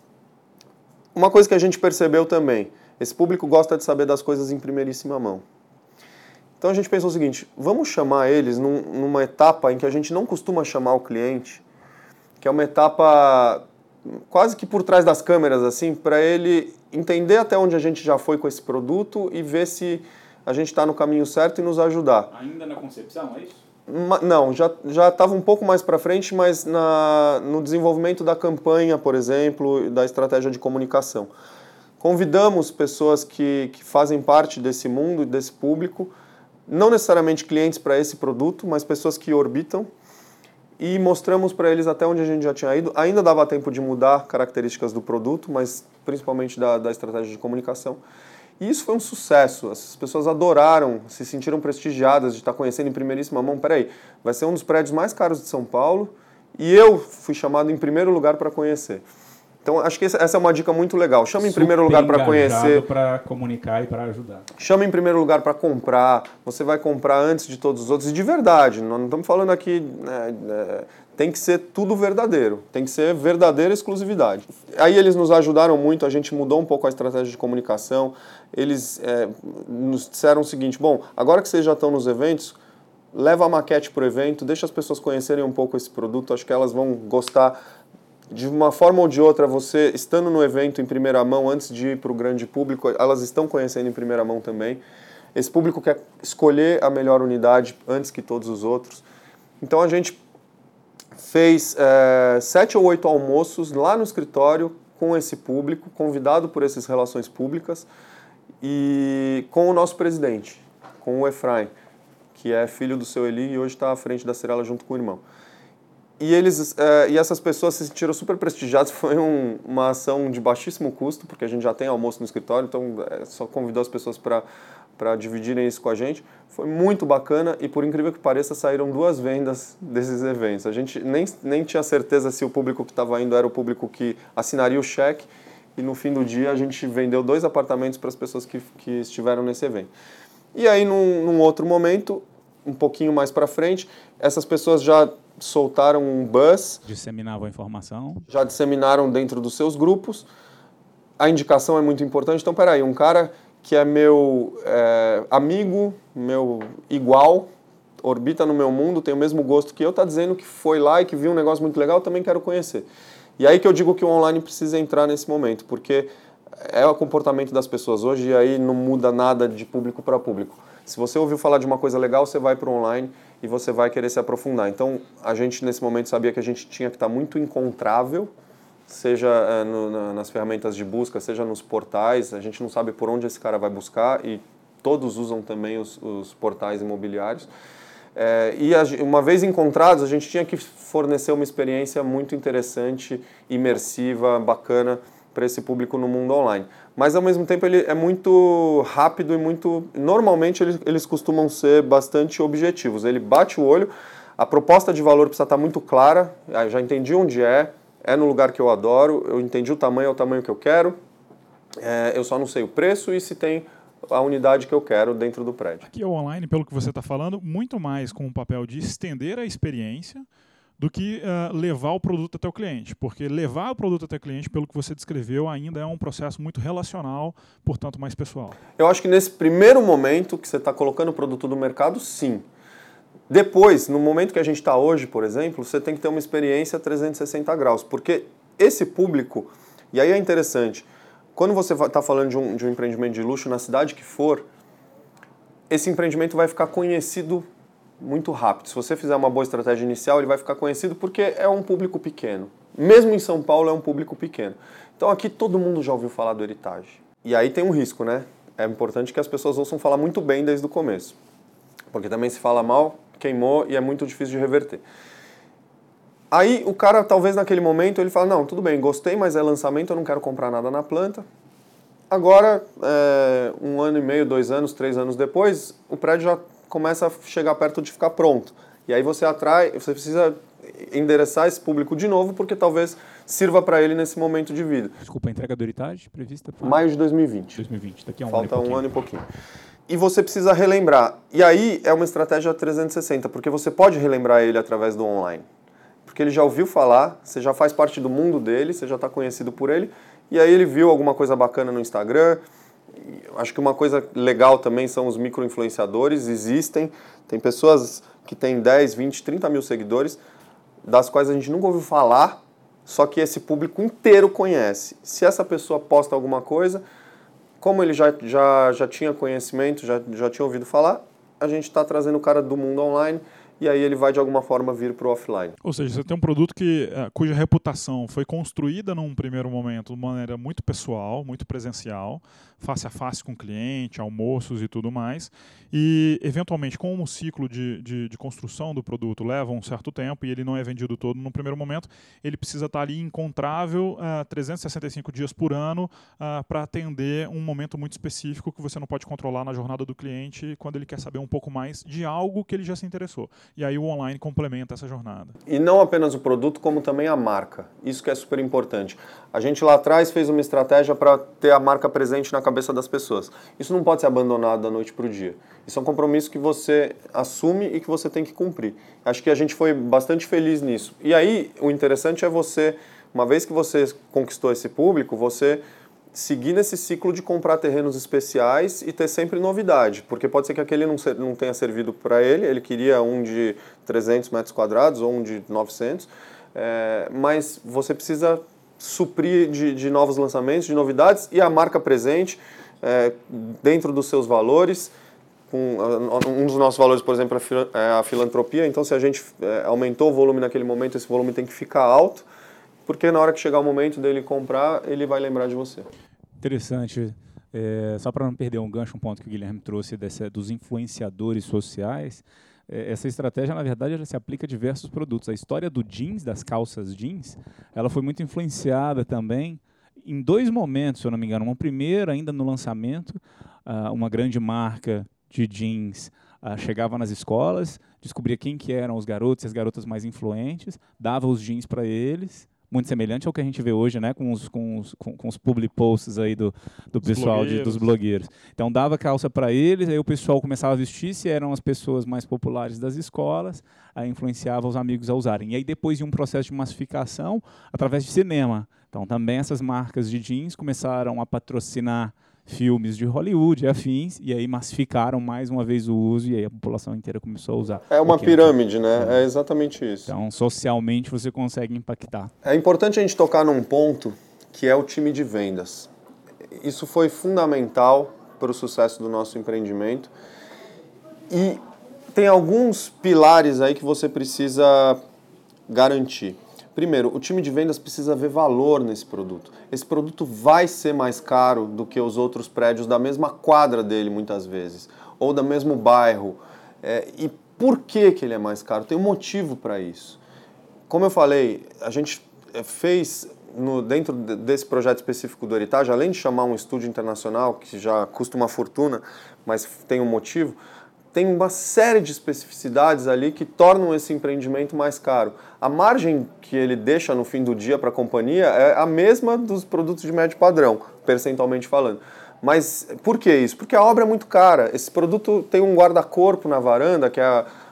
Uma coisa que a gente percebeu também, esse público gosta de saber das coisas em primeiríssima mão. Então a gente pensou o seguinte, vamos chamar eles numa etapa em que a gente não costuma chamar o cliente, que é uma etapa quase que por trás das câmeras, assim, para ele entender até onde a gente já foi com esse produto e ver se a gente está no caminho certo e nos ajudar. Ainda na concepção, é isso? Não, já estava um pouco mais para frente, mas no desenvolvimento da campanha, por exemplo, da estratégia de comunicação. Convidamos pessoas que fazem parte desse mundo, desse público, não necessariamente clientes para esse produto, mas pessoas que orbitam, e mostramos para eles até onde a gente já tinha ido. Ainda dava tempo de mudar características do produto, mas principalmente da estratégia de comunicação. E isso foi um sucesso. As pessoas adoraram, se sentiram prestigiadas de estar conhecendo em primeiríssima mão. Peraí, vai ser um dos prédios mais caros de São Paulo e eu fui chamado em primeiro lugar para conhecer. Então, acho que essa é uma dica muito legal. Chama em primeiro lugar para conhecer. Para comunicar e para ajudar. Chama em primeiro lugar para comprar. Você vai comprar antes de todos os outros. E de verdade, nós não estamos falando aqui... tem que ser tudo verdadeiro. Tem que ser verdadeira exclusividade. Aí eles nos ajudaram muito. A gente mudou um pouco a estratégia de comunicação. Eles nos disseram o seguinte, bom, agora que vocês já estão nos eventos, leva a maquete para o evento, deixa as pessoas conhecerem um pouco esse produto. Acho que elas vão gostar... De uma forma ou de outra, você estando no evento em primeira mão, antes de ir para o grande público, elas estão conhecendo em primeira mão também. Esse público quer escolher a melhor unidade antes que todos os outros. Então a gente fez 7 ou 8 almoços lá no escritório com esse público, convidado por essas relações públicas, e com o nosso presidente, com o Efraim, que é filho do seu Eli e hoje está à frente da Cyrela junto com o irmão. E essas pessoas se sentiram super prestigiadas. Foi uma ação de baixíssimo custo, porque a gente já tem almoço no escritório, então só convidou as pessoas para dividirem isso com a gente. Foi muito bacana e, por incrível que pareça, saíram 2 vendas desses eventos. A gente nem tinha certeza se o público que estava indo era o público que assinaria o cheque, e no fim do dia a gente vendeu 2 apartamentos para as pessoas que estiveram nesse evento. E aí, num outro momento, um pouquinho mais para frente, essas pessoas já soltaram um buzz. Disseminavam a informação. Já disseminaram dentro dos seus grupos. A indicação é muito importante. Então, peraí, um cara que é meu amigo, meu igual, orbita no meu mundo, tem o mesmo gosto que eu, está dizendo que foi lá e que viu um negócio muito legal, eu também quero conhecer. E aí que eu digo que o online precisa entrar nesse momento, porque é o comportamento das pessoas hoje e aí não muda nada de público para público. Se você ouviu falar de uma coisa legal, você vai para o online e você vai querer se aprofundar. Então, a gente, nesse momento, sabia que a gente tinha que estar muito encontrável, seja nas ferramentas de busca, seja nos portais. A gente não sabe por onde esse cara vai buscar e todos usam também os portais imobiliários. Uma vez encontrados, a gente tinha que fornecer uma experiência muito interessante, imersiva, bacana, para esse público no mundo online. Mas, ao mesmo tempo, ele é muito rápido e muito... Normalmente, eles costumam ser bastante objetivos. Ele bate o olho, a proposta de valor precisa estar muito clara, já entendi onde é no lugar que eu adoro, eu entendi o tamanho, é o tamanho que eu quero, eu só não sei o preço e se tem a unidade que eu quero dentro do prédio. Aqui é o online, pelo que você está falando, muito mais com o papel de estender a experiência do que levar o produto até o cliente. Porque levar o produto até o cliente, pelo que você descreveu, ainda é um processo muito relacional, portanto mais pessoal. Eu acho que nesse primeiro momento que você está colocando o produto no mercado, sim. Depois, no momento que a gente está hoje, por exemplo, você tem que ter uma experiência 360 graus. Porque esse público, e aí é interessante, quando você está falando de um empreendimento de luxo, na cidade que for, esse empreendimento vai ficar conhecido muito rápido. Se você fizer uma boa estratégia inicial, ele vai ficar conhecido porque é um público pequeno. Mesmo em São Paulo é um público pequeno. Então aqui todo mundo já ouviu falar do Heritage. E aí tem um risco, né? É importante que as pessoas ouçam falar muito bem desde o começo. Porque também se fala mal, queimou e é muito difícil de reverter. Aí o cara, talvez naquele momento, ele fala, não, tudo bem, gostei, mas é lançamento, eu não quero comprar nada na planta. Agora, 1 ano e meio, 2 anos, 3 anos depois, o prédio já começa a chegar perto de ficar pronto. E aí você precisa endereçar esse público de novo, porque talvez sirva para ele nesse momento de vida. Desculpa, a entrega do Heritage prevista para... Maio de 2020. 2020, daqui a Falta um ano e pouquinho. E você precisa relembrar. E aí é uma estratégia 360, porque você pode relembrar ele através do online. Porque ele já ouviu falar, você já faz parte do mundo dele, você já está conhecido por ele, e aí ele viu alguma coisa bacana no Instagram, Acho que uma coisa legal também são os micro-influenciadores, existem, tem pessoas que têm 10, 20, 30 mil seguidores, das quais a gente nunca ouviu falar, só que esse público inteiro conhece. Se essa pessoa posta alguma coisa, como ele já tinha conhecimento, já tinha ouvido falar, a gente está trazendo o cara do mundo online e aí ele vai de alguma forma vir para o offline. Ou seja, você tem um produto cuja reputação foi construída num primeiro momento de maneira muito pessoal, muito presencial, face a face com o cliente, almoços e tudo mais, e eventualmente com o ciclo de construção do produto leva um certo tempo e ele não é vendido todo no primeiro momento, ele precisa estar ali encontrável 365 dias por ano para atender um momento muito específico que você não pode controlar na jornada do cliente quando ele quer saber um pouco mais de algo que ele já se interessou. E aí o online complementa essa jornada. E não apenas o produto, como também a marca. Isso que é super importante. A gente lá atrás fez uma estratégia para ter a marca presente na cabeça das pessoas. Isso não pode ser abandonado da noite para o dia. Isso é um compromisso que você assume e que você tem que cumprir. Acho que a gente foi bastante feliz nisso. E aí, o interessante é você, uma vez que você conquistou esse público, você seguir nesse ciclo de comprar terrenos especiais e ter sempre novidade, porque pode ser que aquele não tenha servido para ele queria um de 300 metros quadrados ou um de 900, mas você precisa suprir de novos lançamentos, de novidades e a marca presente dentro dos seus valores. Um dos nossos valores, por exemplo, é a filantropia, então se a gente aumentou o volume naquele momento, esse volume tem que ficar alto, porque na hora que chegar o momento dele comprar, ele vai lembrar de você. Interessante. Só para não perder um gancho, um ponto que o Guilherme trouxe dos influenciadores sociais, essa estratégia, na verdade, ela se aplica a diversos produtos. A história do jeans, das calças jeans, ela foi muito influenciada também em 2 momentos, se eu não me engano. Uma primeira, ainda no lançamento, uma grande marca de jeans chegava nas escolas, descobria quem que eram os garotos e as garotas mais influentes, dava os jeans para eles, muito semelhante ao que a gente vê hoje, né, com os public posts aí do pessoal, dos blogueiros. Então dava calça para eles, aí o pessoal começava a vestir, se eram as pessoas mais populares das escolas, aí influenciava os amigos a usarem. E aí depois de um processo de massificação, através de cinema. Então também essas marcas de jeans começaram a patrocinar filmes de Hollywood e afins, e aí massificaram mais uma vez o uso, e aí a população inteira começou a usar. É uma pirâmide, né? É exatamente isso. Então, socialmente, você consegue impactar. É importante a gente tocar num ponto que é o time de vendas. Isso foi fundamental para o sucesso do nosso empreendimento. E tem alguns pilares aí que você precisa garantir. Primeiro, o time de vendas precisa ver valor nesse produto. Esse produto vai ser mais caro do que os outros prédios da mesma quadra dele, muitas vezes, ou do mesmo bairro. E por que ele é mais caro? Tem um motivo para isso. Como eu falei, a gente fez, dentro desse projeto específico do Heritage, além de chamar um estúdio internacional, que já custa uma fortuna, mas tem um motivo, tem uma série de especificidades ali que tornam esse empreendimento mais caro. A margem que ele deixa no fim do dia para a companhia é a mesma dos produtos de médio padrão, percentualmente falando. Mas por que isso? Porque a obra é muito cara. Esse produto tem um guarda-corpo na varanda, que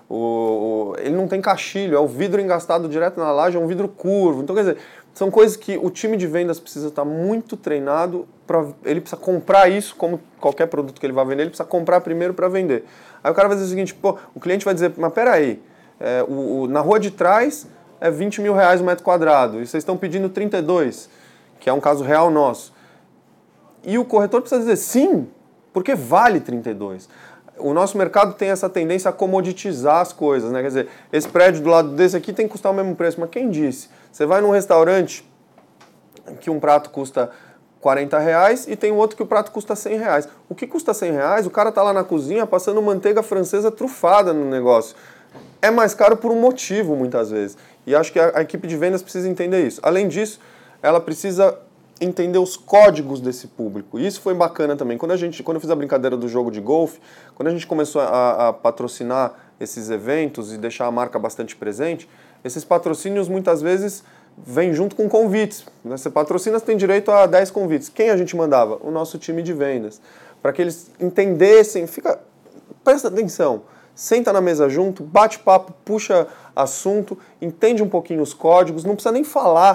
ele não tem caixilho, é o vidro engastado direto na laje, é um vidro curvo. Então, quer dizer, são coisas que o time de vendas precisa estar muito treinado, ele precisa comprar isso, como qualquer produto que ele vai vender, ele precisa comprar primeiro para vender. Aí o cara vai dizer o seguinte, o cliente vai dizer, mas peraí, na rua de trás é 20 mil reais o metro quadrado, e vocês estão pedindo 32, que é um caso real nosso. E o corretor precisa dizer sim, porque vale 32. O nosso mercado tem essa tendência a comoditizar as coisas, né? Quer dizer, esse prédio do lado desse aqui tem que custar o mesmo preço, mas quem disse? Você vai num restaurante que um prato custa R$40 e tem um outro que o prato custa R$100. O que custa R$100, o cara tá lá na cozinha passando manteiga francesa trufada no negócio. É mais caro por um motivo, muitas vezes. E acho que a equipe de vendas precisa entender isso. Além disso, ela precisa entender os códigos desse público. E isso foi bacana também. Quando eu fiz a brincadeira do jogo de golfe, quando a gente começou a patrocinar esses eventos e deixar a marca bastante presente, esses patrocínios muitas vezes vêm junto com convites. Você patrocina, você tem direito a 10 convites. Quem a gente mandava? O nosso time de vendas. Para que eles entendessem, presta atenção, senta na mesa junto, bate papo, puxa assunto, entende um pouquinho os códigos, não precisa nem falar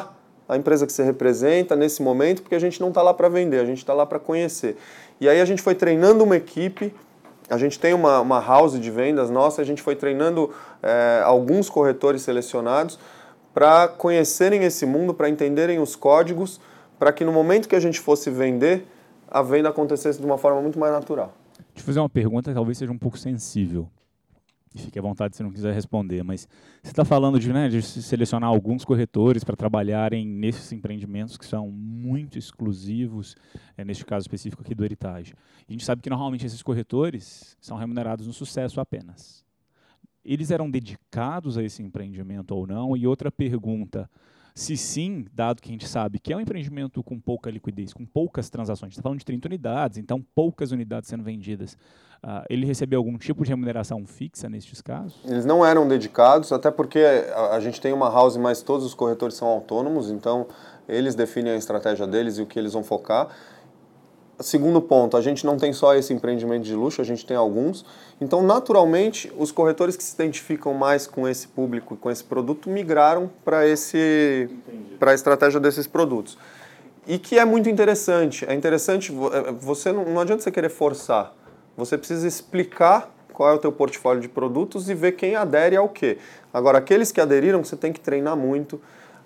a empresa que você representa nesse momento, porque a gente não está lá para vender, a gente está lá para conhecer. E aí a gente foi treinando uma equipe, a gente tem uma house de vendas nossa, a gente foi treinando alguns corretores selecionados para conhecerem esse mundo, para entenderem os códigos, para que no momento que a gente fosse vender, a venda acontecesse de uma forma muito mais natural. Deixa eu fazer uma pergunta que talvez seja um pouco sensível. E fique à vontade se não quiser responder, mas você está falando de selecionar alguns corretores para trabalharem nesses empreendimentos que são muito exclusivos, neste caso específico aqui do Heritage. A gente sabe que normalmente esses corretores são remunerados no sucesso apenas. Eles eram dedicados a esse empreendimento ou não? E outra pergunta, se sim, dado que a gente sabe que é um empreendimento com pouca liquidez, com poucas transações, a gente está falando de 30 unidades, então poucas unidades sendo vendidas, ele recebeu algum tipo de remuneração fixa nestes casos? Eles não eram dedicados, até porque a gente tem uma house, mas todos os corretores são autônomos, então eles definem a estratégia deles e o que eles vão focar. Segundo ponto, a gente não tem só esse empreendimento de luxo, a gente tem alguns. Então, naturalmente, os corretores que se identificam mais com esse público e com esse produto migraram para a estratégia desses produtos. E que é muito interessante. É interessante, não adianta você querer forçar. Você precisa explicar qual é o teu portfólio de produtos e ver quem adere ao quê. Agora, aqueles que aderiram, você tem que treinar muito.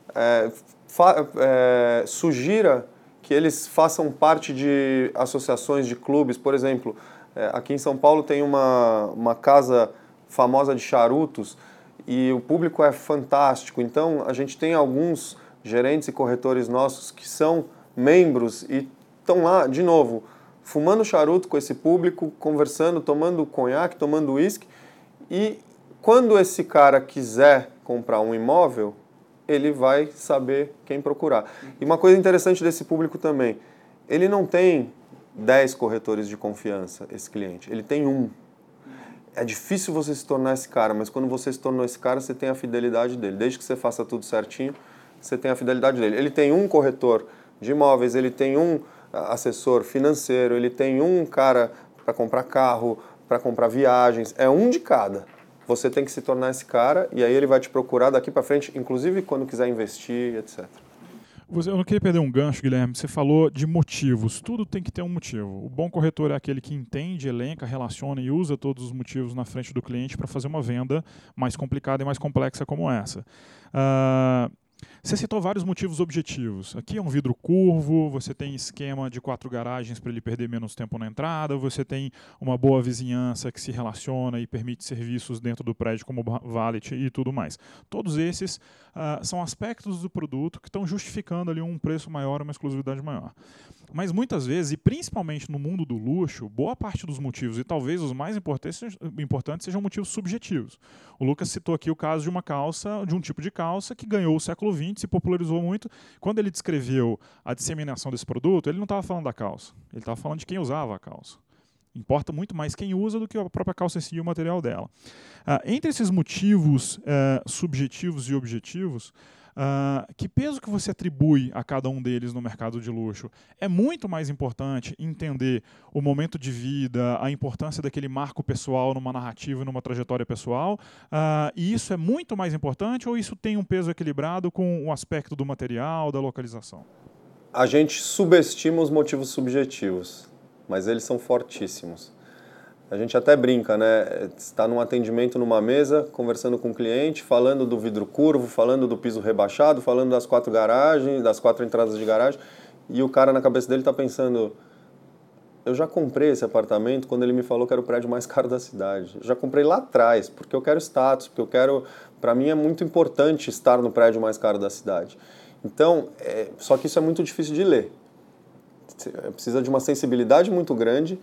Sugira que eles façam parte de associações de clubes. Por exemplo, aqui em São Paulo tem uma casa famosa de charutos e o público é fantástico. Então, a gente tem alguns gerentes e corretores nossos que são membros e estão lá, de novo, fumando charuto com esse público, conversando, tomando conhaque, tomando uísque. E quando esse cara quiser comprar um imóvel, ele vai saber quem procurar. E uma coisa interessante desse público também, ele não tem 10 corretores de confiança, esse cliente, ele tem um. É difícil você se tornar esse cara, mas quando você se tornou esse cara, você tem a fidelidade dele. Desde que você faça tudo certinho, você tem a fidelidade dele. Ele tem um corretor de imóveis, ele tem um assessor financeiro, ele tem um cara para comprar carro, para comprar viagens, é um de cada. Você tem que se tornar esse cara e aí ele vai te procurar daqui para frente, inclusive quando quiser investir, etc. Eu não queria perder um gancho, Guilherme. Você falou de motivos. Tudo tem que ter um motivo. O bom corretor é aquele que entende, elenca, relaciona e usa todos os motivos na frente do cliente para fazer uma venda mais complicada e mais complexa como essa. Você citou vários motivos objetivos. Aqui é um vidro curvo, você tem esquema de 4 garagens para ele perder menos tempo na entrada, você tem uma boa vizinhança que se relaciona e permite serviços dentro do prédio como valet e tudo mais. Todos esses são aspectos do produto que estão justificando ali um preço maior, uma exclusividade maior. Mas muitas vezes, e principalmente no mundo do luxo, boa parte dos motivos, e talvez os mais importantes sejam motivos subjetivos. O Lucas citou aqui o caso de uma calça, de um tipo de calça que ganhou o século XX, se popularizou muito. Quando ele descreveu a disseminação desse produto, ele não estava falando da calça, ele estava falando de quem usava a calça. Importa muito mais quem usa do que a própria calça em si e o material dela. Entre esses motivos subjetivos e objetivos, que peso que você atribui a cada um deles no mercado de luxo? É muito mais importante entender o momento de vida, a importância daquele marco pessoal numa narrativa e numa trajetória pessoal, e isso é muito mais importante ou isso tem um peso equilibrado com o aspecto do material, da localização? A gente subestima os motivos subjetivos, mas eles são fortíssimos. A gente até brinca, né? Está num atendimento numa mesa, conversando com o cliente, falando do vidro curvo, falando do piso rebaixado, falando das 4 garagens, das 4 entradas de garagem, e o cara na cabeça dele está pensando, eu já comprei esse apartamento quando ele me falou que era o prédio mais caro da cidade. Eu já comprei lá atrás, porque eu quero status, porque eu quero... Para mim é muito importante estar no prédio mais caro da cidade. Então, só que isso é muito difícil de ler. Precisa de uma sensibilidade muito grande,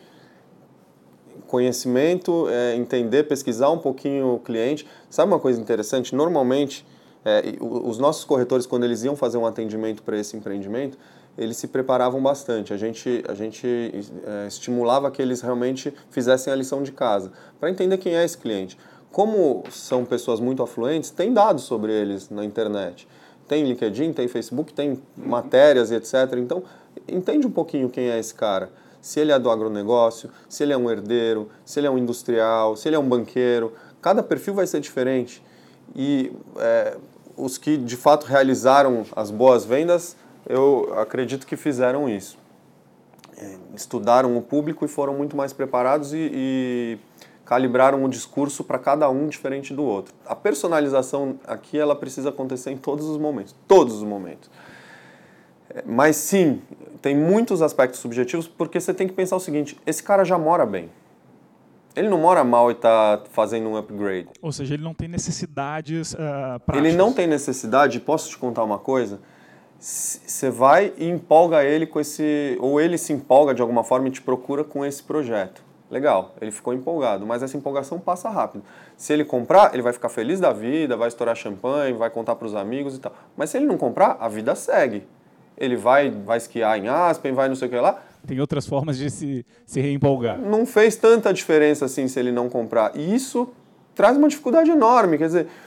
conhecimento, entender, pesquisar um pouquinho o cliente. Sabe uma coisa interessante? Normalmente, os nossos corretores, quando eles iam fazer um atendimento para esse empreendimento, eles se preparavam bastante. A gente estimulava que eles realmente fizessem a lição de casa, para entender quem é esse cliente. Como são pessoas muito afluentes, tem dados sobre eles na internet. Tem LinkedIn, tem Facebook, tem matérias e etc. Então, entende um pouquinho quem é esse cara. Se ele é do agronegócio, se ele é um herdeiro, se ele é um industrial, se ele é um banqueiro. Cada perfil vai ser diferente. E os que de fato realizaram as boas vendas, eu acredito que fizeram isso. Estudaram o público e foram muito mais preparados e calibraram o discurso para cada um diferente do outro. A personalização aqui ela precisa acontecer em todos os momentos. Mas sim, tem muitos aspectos subjetivos, porque você tem que pensar o seguinte, esse cara já mora bem. Ele não mora mal e está fazendo um upgrade. Ou seja, ele não tem necessidades práticas. Ele não tem necessidade, posso te contar uma coisa? Você vai e empolga ele com esse... Ou ele se empolga de alguma forma e te procura com esse projeto. Legal, ele ficou empolgado, mas essa empolgação passa rápido. Se ele comprar, ele vai ficar feliz da vida, vai estourar champanhe, vai contar para os amigos e tal. Mas se ele não comprar, a vida segue. Ele vai esquiar em Aspen, vai não sei o que lá. Tem outras formas de se reempolgar. Não fez tanta diferença assim se ele não comprar. E isso traz uma dificuldade enorme. Quer dizer,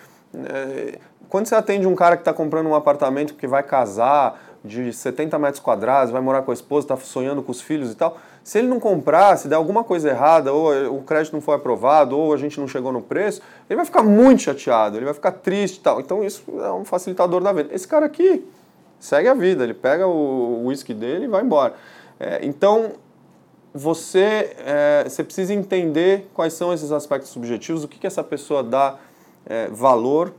quando você atende um cara que está comprando um apartamento porque vai casar de 70 metros quadrados, vai morar com a esposa, está sonhando com os filhos e tal, se ele não comprar, se der alguma coisa errada, ou o crédito não foi aprovado, ou a gente não chegou no preço, ele vai ficar muito chateado, ele vai ficar triste e tal. Então isso é um facilitador da venda. Esse cara aqui segue a vida, ele pega o whisky dele e vai embora. Então, você precisa entender quais são esses aspectos subjetivos, o que essa pessoa dá valor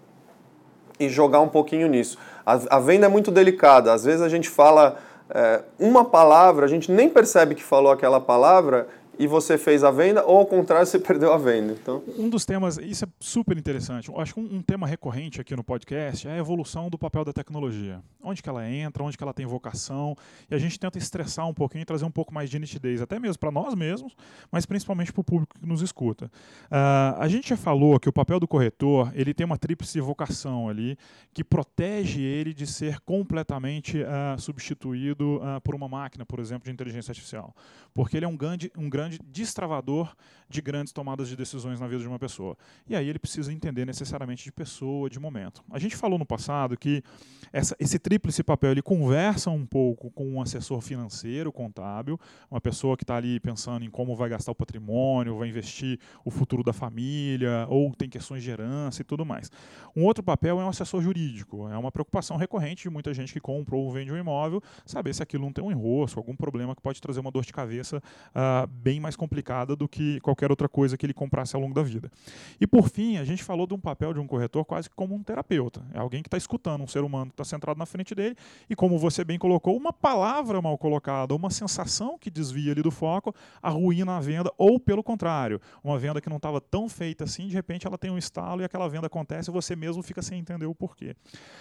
e jogar um pouquinho nisso. A venda é muito delicada, às vezes a gente fala uma palavra, a gente nem percebe que falou aquela palavra e você fez a venda, ou ao contrário, você perdeu a venda. Então... Um dos temas, isso é super interessante, eu acho que um tema recorrente aqui no podcast é a evolução do papel da tecnologia. Onde que ela entra, onde que ela tem vocação, e a gente tenta estressar um pouquinho e trazer um pouco mais de nitidez, até mesmo para nós mesmos, mas principalmente para o público que nos escuta. A gente já falou que o papel do corretor, ele tem uma tríplice vocação ali, que protege ele de ser completamente substituído por uma máquina, por exemplo, de inteligência artificial. Porque ele é um grande destravador de grandes tomadas de decisões na vida de uma pessoa. E aí ele precisa entender necessariamente de pessoa, de momento. A gente falou no passado que esse tríplice papel ele conversa um pouco com um assessor financeiro, contábil, uma pessoa que está ali pensando em como vai gastar o patrimônio, vai investir o futuro da família, ou tem questões de herança e tudo mais. Um outro papel é um assessor jurídico. É uma preocupação recorrente de muita gente que compra ou vende um imóvel, saber se aquilo não tem um enrosco, algum problema que pode trazer uma dor de cabeça bem mais complicada do que qualquer outra coisa que ele comprasse ao longo da vida. E por fim, a gente falou de um papel de um corretor quase como um terapeuta. É alguém que está escutando um ser humano que está centrado na frente dele e, como você bem colocou, uma palavra mal colocada, uma sensação que desvia ali do foco, arruína a venda, ou pelo contrário, uma venda que não estava tão feita assim, de repente ela tem um estalo e aquela venda acontece e você mesmo fica sem entender o porquê.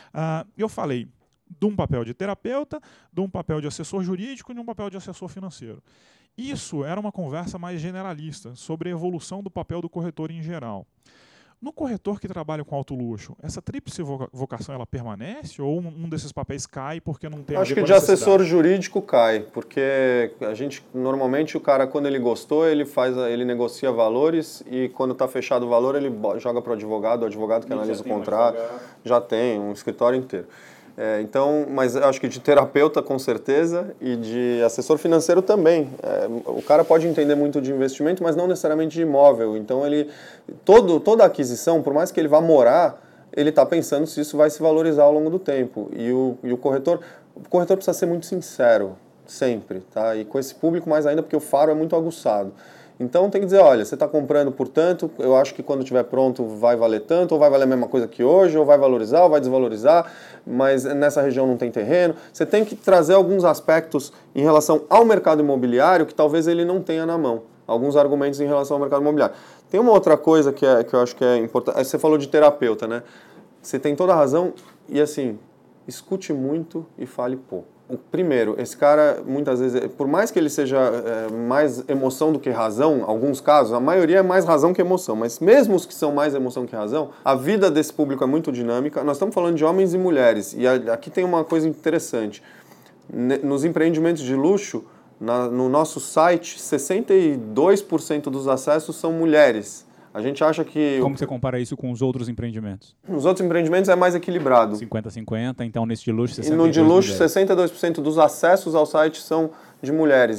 Eu falei de um papel de terapeuta, de um papel de assessor jurídico e de um papel de assessor financeiro. Isso era uma conversa mais generalista sobre a evolução do papel do corretor em geral. No corretor que trabalha com alto luxo, essa tríplice vocação ela permanece ou um desses papéis cai porque não tem a ver com a necessidade? Acho que de assessor jurídico cai, porque a gente normalmente o cara quando ele gostou ele negocia valores e quando está fechado o valor ele joga para o advogado que analisa o contrato, já tem um escritório inteiro. Então, mas eu acho que de terapeuta com certeza e de assessor financeiro também. O cara pode entender muito de investimento, mas não necessariamente de imóvel. Então, toda aquisição, por mais que ele vá morar, ele está pensando se isso vai se valorizar ao longo do tempo. E o corretor precisa ser muito sincero, sempre, tá? E com esse público mais ainda, porque o faro é muito aguçado. Então tem que dizer, olha, você está comprando por tanto, eu acho que quando estiver pronto vai valer tanto, ou vai valer a mesma coisa que hoje, ou vai valorizar, ou vai desvalorizar, mas nessa região não tem terreno. Você tem que trazer alguns aspectos em relação ao mercado imobiliário que talvez ele não tenha na mão. Alguns argumentos em relação ao mercado imobiliário. Tem uma outra coisa que eu acho que é importante. Você falou de terapeuta, né? Você tem toda a razão e assim, escute muito e fale pouco. Primeiro, esse cara, muitas vezes, por mais que ele seja mais emoção do que razão, alguns casos, a maioria é mais razão que emoção, mas mesmo os que são mais emoção que razão, a vida desse público é muito dinâmica. Nós estamos falando de homens e mulheres, e aqui tem uma coisa interessante. Nos empreendimentos de luxo, no nosso site, 62% dos acessos são mulheres. A gente acha que... Como você compara isso com os outros empreendimentos? Os outros empreendimentos é mais equilibrado. 50-50, então nesse de luxo, 62%. E no de luxo, 62% dos acessos ao site são de mulheres.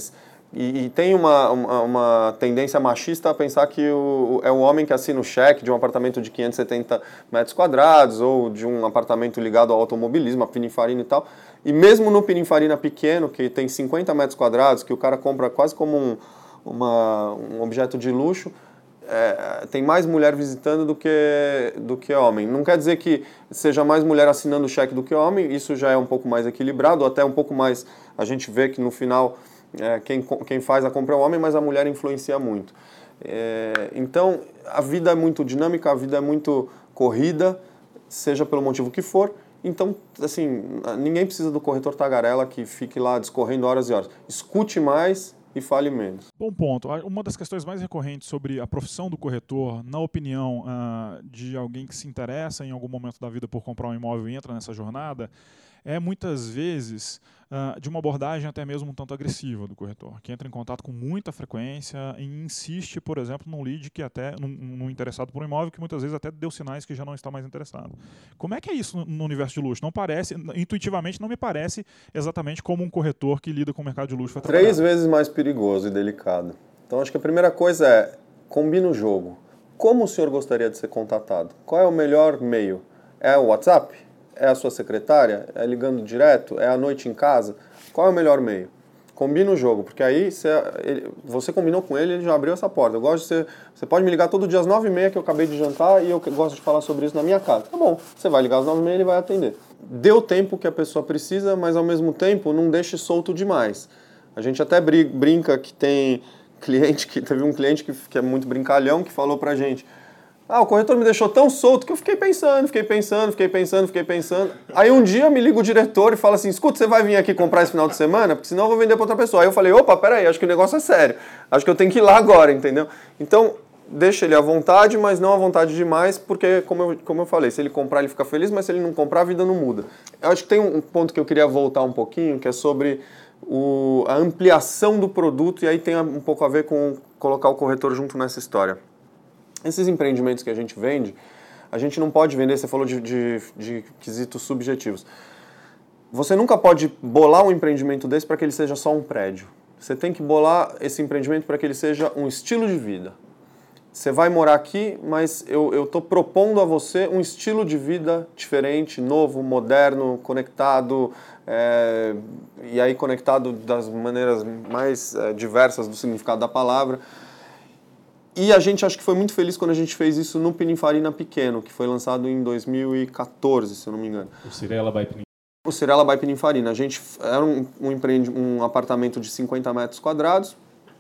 E tem uma tendência machista a pensar que é o homem que assina o cheque de um apartamento de 570 metros quadrados ou de um apartamento ligado ao automobilismo, a Pininfarina e tal. E mesmo no Pininfarina pequeno, que tem 50 metros quadrados, que o cara compra quase como um objeto de luxo, tem mais mulher visitando do que homem. Não quer dizer que seja mais mulher assinando o cheque do que homem, isso já é um pouco mais equilibrado, ou até um pouco mais, a gente vê que no final quem faz a compra é o homem, mas a mulher influencia muito. Então, a vida é muito dinâmica, a vida é muito corrida, seja pelo motivo que for. Então, assim, ninguém precisa do corretor tagarela que fique lá discorrendo horas e horas. Escute mais e fale menos. Bom ponto. Uma das questões mais recorrentes sobre a profissão do corretor, na opinião de alguém que se interessa em algum momento da vida por comprar um imóvel e entra nessa jornada, é muitas vezes de uma abordagem até mesmo um tanto agressiva do corretor, que entra em contato com muita frequência e insiste, por exemplo, num lead que até num interessado por um imóvel que muitas vezes até deu sinais que já não está mais interessado. Como é que é isso no universo de luxo? Não parece, intuitivamente não me parece exatamente como um corretor que lida com o mercado de luxo vai trabalhar. 3 vezes mais perigoso e delicado. Então acho que a primeira coisa é, combina o jogo. Como o senhor gostaria de ser contatado? Qual é o melhor meio? É o WhatsApp? É a sua secretária? É ligando direto? É à noite em casa? Qual é o melhor meio? Combina o jogo, porque aí você combinou com ele, ele já abriu essa porta. Eu gosto de ser, você pode me ligar todo dia às 9h30 que eu acabei de jantar e eu gosto de falar sobre isso na minha casa. Tá bom, você vai ligar às 9h30 e ele vai atender. Dê o tempo que a pessoa precisa, mas ao mesmo tempo não deixe solto demais. A gente até brinca que teve um cliente que é muito brincalhão, que falou pra gente: o corretor me deixou tão solto que eu fiquei pensando. Aí um dia me liga o diretor e fala assim: escuta, você vai vir aqui comprar esse final de semana? Porque senão eu vou vender para outra pessoa. Aí eu falei: opa, peraí, acho que o negócio é sério. Acho que eu tenho que ir lá agora, entendeu? Então, deixa ele à vontade, mas não à vontade demais, porque, como eu falei, se ele comprar, ele fica feliz, mas se ele não comprar, a vida não muda. Eu acho que tem um ponto que eu queria voltar um pouquinho, que é sobre a ampliação do produto, e aí tem um pouco a ver com colocar o corretor junto nessa história. Esses empreendimentos que a gente vende, a gente não pode vender, você falou de quesitos subjetivos. Você nunca pode bolar um empreendimento desse para que ele seja só um prédio. Você tem que bolar esse empreendimento para que ele seja um estilo de vida. Você vai morar aqui, mas eu estou propondo a você um estilo de vida diferente, novo, moderno, conectado, e aí conectado das maneiras mais diversas do significado da palavra. E a gente acho que foi muito feliz quando a gente fez isso no Pininfarina pequeno, que foi lançado em 2014, se eu não me engano. O Cirela by Pininfarina. O Cirela by Pininfarina. A gente era um apartamento de 50 metros quadrados,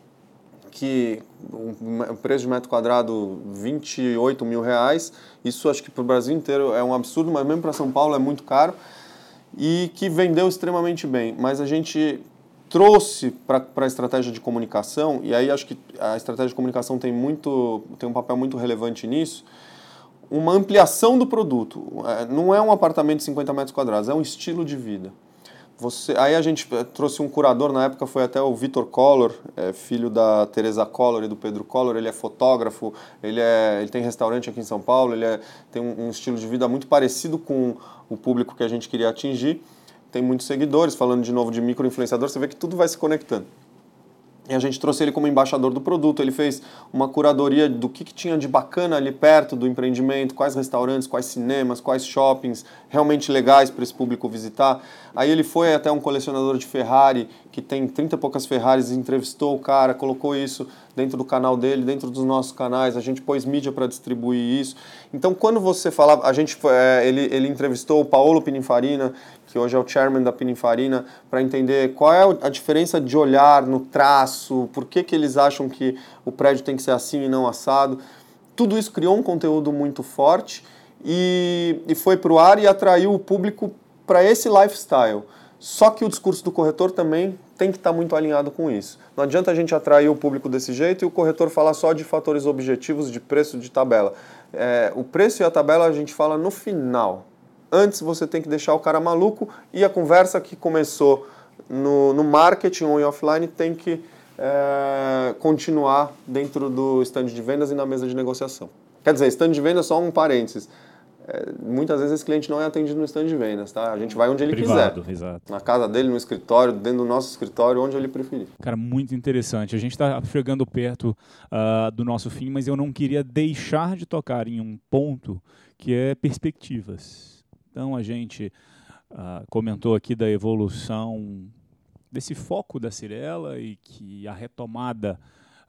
que o preço de metro quadrado R$28 mil. Isso acho que para o Brasil inteiro é um absurdo, mas mesmo para São Paulo é muito caro. E que vendeu extremamente bem. Mas a gente trouxe para a estratégia de comunicação, e aí acho que a estratégia de comunicação tem um papel muito relevante nisso, uma ampliação do produto. Não é um apartamento de 50 metros quadrados, é um estilo de vida. Aí a gente trouxe um curador, na época foi até o Vitor Collor, filho da Teresa Collor e do Pedro Collor. Ele é fotógrafo, ele tem restaurante aqui em São Paulo, tem um estilo de vida muito parecido com o público que a gente queria atingir. Tem muitos seguidores, falando de novo de micro-influenciador, você vê que tudo vai se conectando. E a gente trouxe ele como embaixador do produto, ele fez uma curadoria do que tinha de bacana ali perto do empreendimento, quais restaurantes, quais cinemas, quais shoppings realmente legais para esse público visitar. Aí ele foi até um colecionador de Ferrari, que tem 30 e poucas Ferraris, entrevistou o cara, colocou isso dentro do canal dele, dentro dos nossos canais, a gente pôs mídia para distribuir isso. Então, quando você falava, ele entrevistou o Paolo Pininfarina, que hoje é o chairman da Pininfarina, para entender qual é a diferença de olhar no traço, por que eles acham que o prédio tem que ser assim e não assado. Tudo isso criou um conteúdo muito forte e foi para o ar e atraiu o público para esse lifestyle. Só que o discurso do corretor também tem que estar muito alinhado com isso. Não adianta a gente atrair o público desse jeito e o corretor falar só de fatores objetivos, de preço, de tabela. O preço e a tabela a gente fala no final. Antes você tem que deixar o cara maluco e a conversa que começou no marketing ou em offline tem que continuar dentro do stand de vendas e na mesa de negociação. Quer dizer, stand de vendas é só um parênteses. muitas vezes esse cliente não é atendido no stand de vendas, tá? A gente vai onde ele Privado, quiser. exato. Na casa dele, no escritório, dentro do nosso escritório, onde ele preferir. Cara, muito interessante. A gente está chegando perto do nosso fim, mas eu não queria deixar de tocar em um ponto que é perspectivas. Então, a gente comentou aqui da evolução desse foco da Cyrela e que a retomada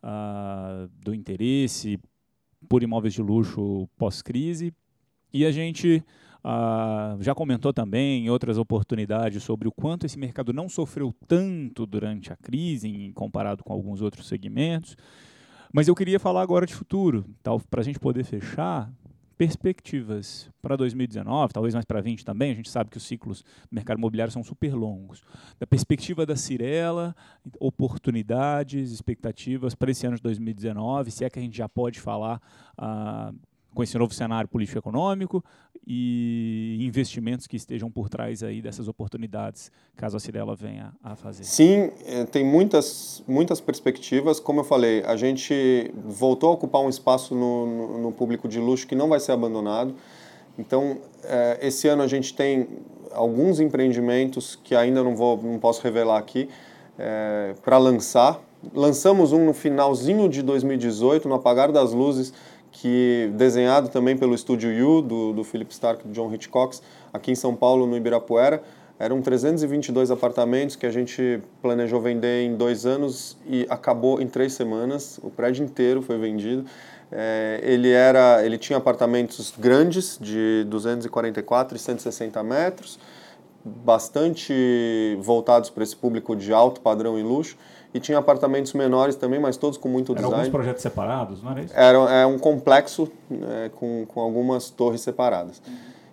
do interesse por imóveis de luxo pós-crise. E a gente já comentou também em outras oportunidades sobre o quanto esse mercado não sofreu tanto durante a crise, comparado com alguns outros segmentos. Mas eu queria falar agora de futuro, para a gente poder fechar perspectivas para 2019, talvez mais para 2020 também. A gente sabe que os ciclos do mercado imobiliário são super longos. Da perspectiva da Cyrela, oportunidades, expectativas para esse ano de 2019, se é que a gente já pode falar com esse novo cenário político-econômico e investimentos que estejam por trás aí dessas oportunidades, caso a Cyrela venha a fazer. Sim, tem muitas perspectivas. Como eu falei, a gente voltou a ocupar um espaço no público de luxo que não vai ser abandonado. Então, esse ano a gente tem alguns empreendimentos que ainda não posso revelar aqui para lançar. Lançamos um no finalzinho de 2018, no apagar das luzes, que desenhado também pelo Estúdio U, do Philip Stark e do John Hitchcock, aqui em São Paulo, no Ibirapuera. Eram 322 apartamentos que a gente planejou vender em 2 anos e acabou em 3 semanas. O prédio inteiro foi vendido. Ele tinha apartamentos grandes, de 244 e 160 metros, bastante voltados para esse público de alto padrão e luxo. E tinha apartamentos menores também, mas todos com muito design. Eram alguns projetos separados, não era isso? Era um complexo com algumas torres separadas.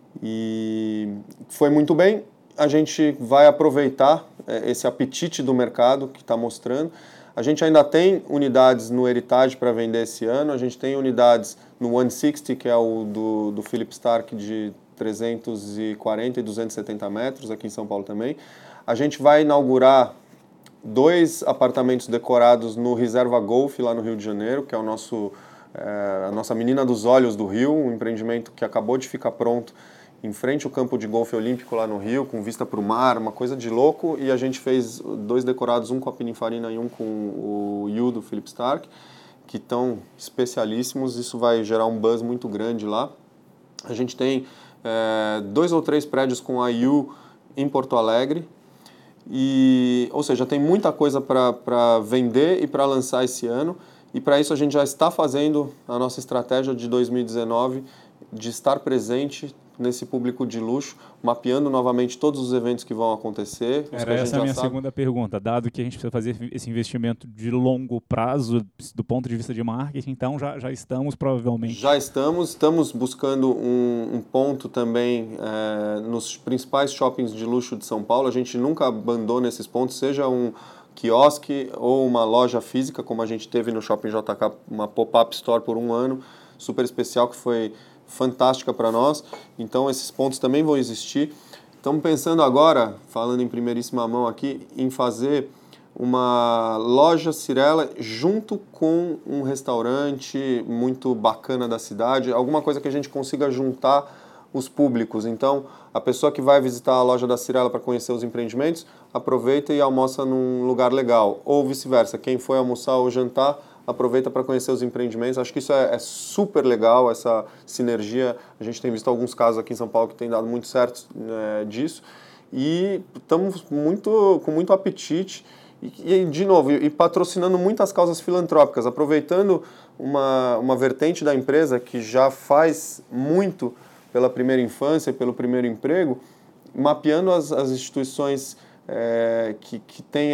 E foi muito bem. A gente vai aproveitar esse apetite do mercado que está mostrando. A gente ainda tem unidades no Heritage para vender esse ano. A gente tem unidades no 160, que é o do Philip Stark, de 340 e 270 metros, aqui em São Paulo também. A gente vai inaugurar 2 apartamentos decorados no Reserva Golf, lá no Rio de Janeiro, que é a nossa menina dos olhos do Rio, um empreendimento que acabou de ficar pronto em frente ao campo de golfe olímpico lá no Rio, com vista para o mar, uma coisa de louco. E a gente fez 2 decorados, um com a Pininfarina e um com o U do Philip Stark, que estão especialíssimos. Isso vai gerar um buzz muito grande lá. A gente tem 2 ou 3 prédios com a U em Porto Alegre. Ou seja, tem muita coisa para vender e para lançar esse ano. E para isso a gente já está fazendo a nossa estratégia de 2019 de estar presente nesse público de luxo, mapeando novamente todos os eventos que vão acontecer. Era essa a minha segunda pergunta. Dado que a gente precisa fazer esse investimento de longo prazo do ponto de vista de marketing, então já estamos provavelmente... Já estamos buscando um ponto também nos principais shoppings de luxo de São Paulo. A gente nunca abandona esses pontos, seja um quiosque ou uma loja física, como a gente teve no Shopping JK, uma pop-up store por 1 ano, super especial, que foi fantástica para nós. Então esses pontos também vão existir. Estamos pensando agora, falando em primeiríssima mão aqui, em fazer uma loja Cyrela junto com um restaurante muito bacana da cidade, alguma coisa que a gente consiga juntar os públicos. Então, a pessoa que vai visitar a loja da Cyrela para conhecer os empreendimentos, aproveita e almoça num lugar legal. Ou vice-versa, quem foi almoçar ou jantar, aproveita para conhecer os empreendimentos. Acho que isso é super legal, essa sinergia. A gente tem visto alguns casos aqui em São Paulo que tem dado muito certo disso. E estamos com muito apetite e de novo, patrocinando muitas causas filantrópicas, aproveitando uma vertente da empresa que já faz muito pela primeira infância, pelo primeiro emprego, mapeando as instituições que têm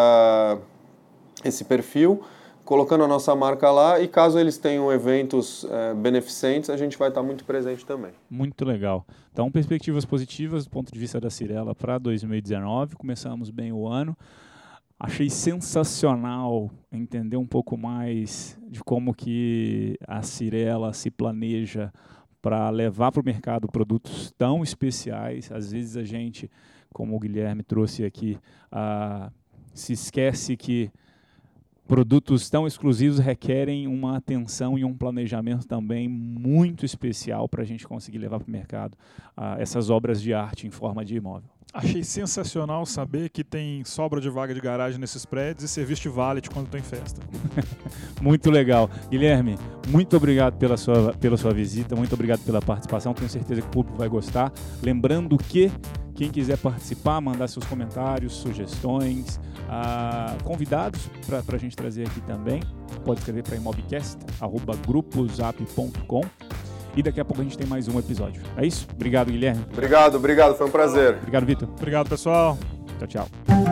esse perfil, colocando a nossa marca lá, e caso eles tenham eventos beneficentes, a gente vai estar muito presente também. Muito legal. Então, perspectivas positivas do ponto de vista da Cyrela para 2019. Começamos bem o ano. Achei sensacional entender um pouco mais de como que a Cyrela se planeja para levar para o mercado produtos tão especiais. Às vezes a gente, como o Guilherme trouxe aqui, se esquece que Produtos tão exclusivos requerem uma atenção e um planejamento também muito especial para a gente conseguir levar para o mercado essas obras de arte em forma de imóvel. Achei sensacional saber que tem sobra de vaga de garagem nesses prédios e serviço de valet quando tem festa. Muito legal. Guilherme, muito obrigado pela sua visita, muito obrigado pela participação, tenho certeza que o público vai gostar. Lembrando que quem quiser participar, mandar seus comentários, sugestões, convidados para a gente trazer aqui também, pode escrever para imobcast@gruposap.com e daqui a pouco a gente tem mais um episódio. É isso? Obrigado, Guilherme. Obrigado, foi um prazer. Obrigado, Vitor. Obrigado, pessoal. Tchau, tchau.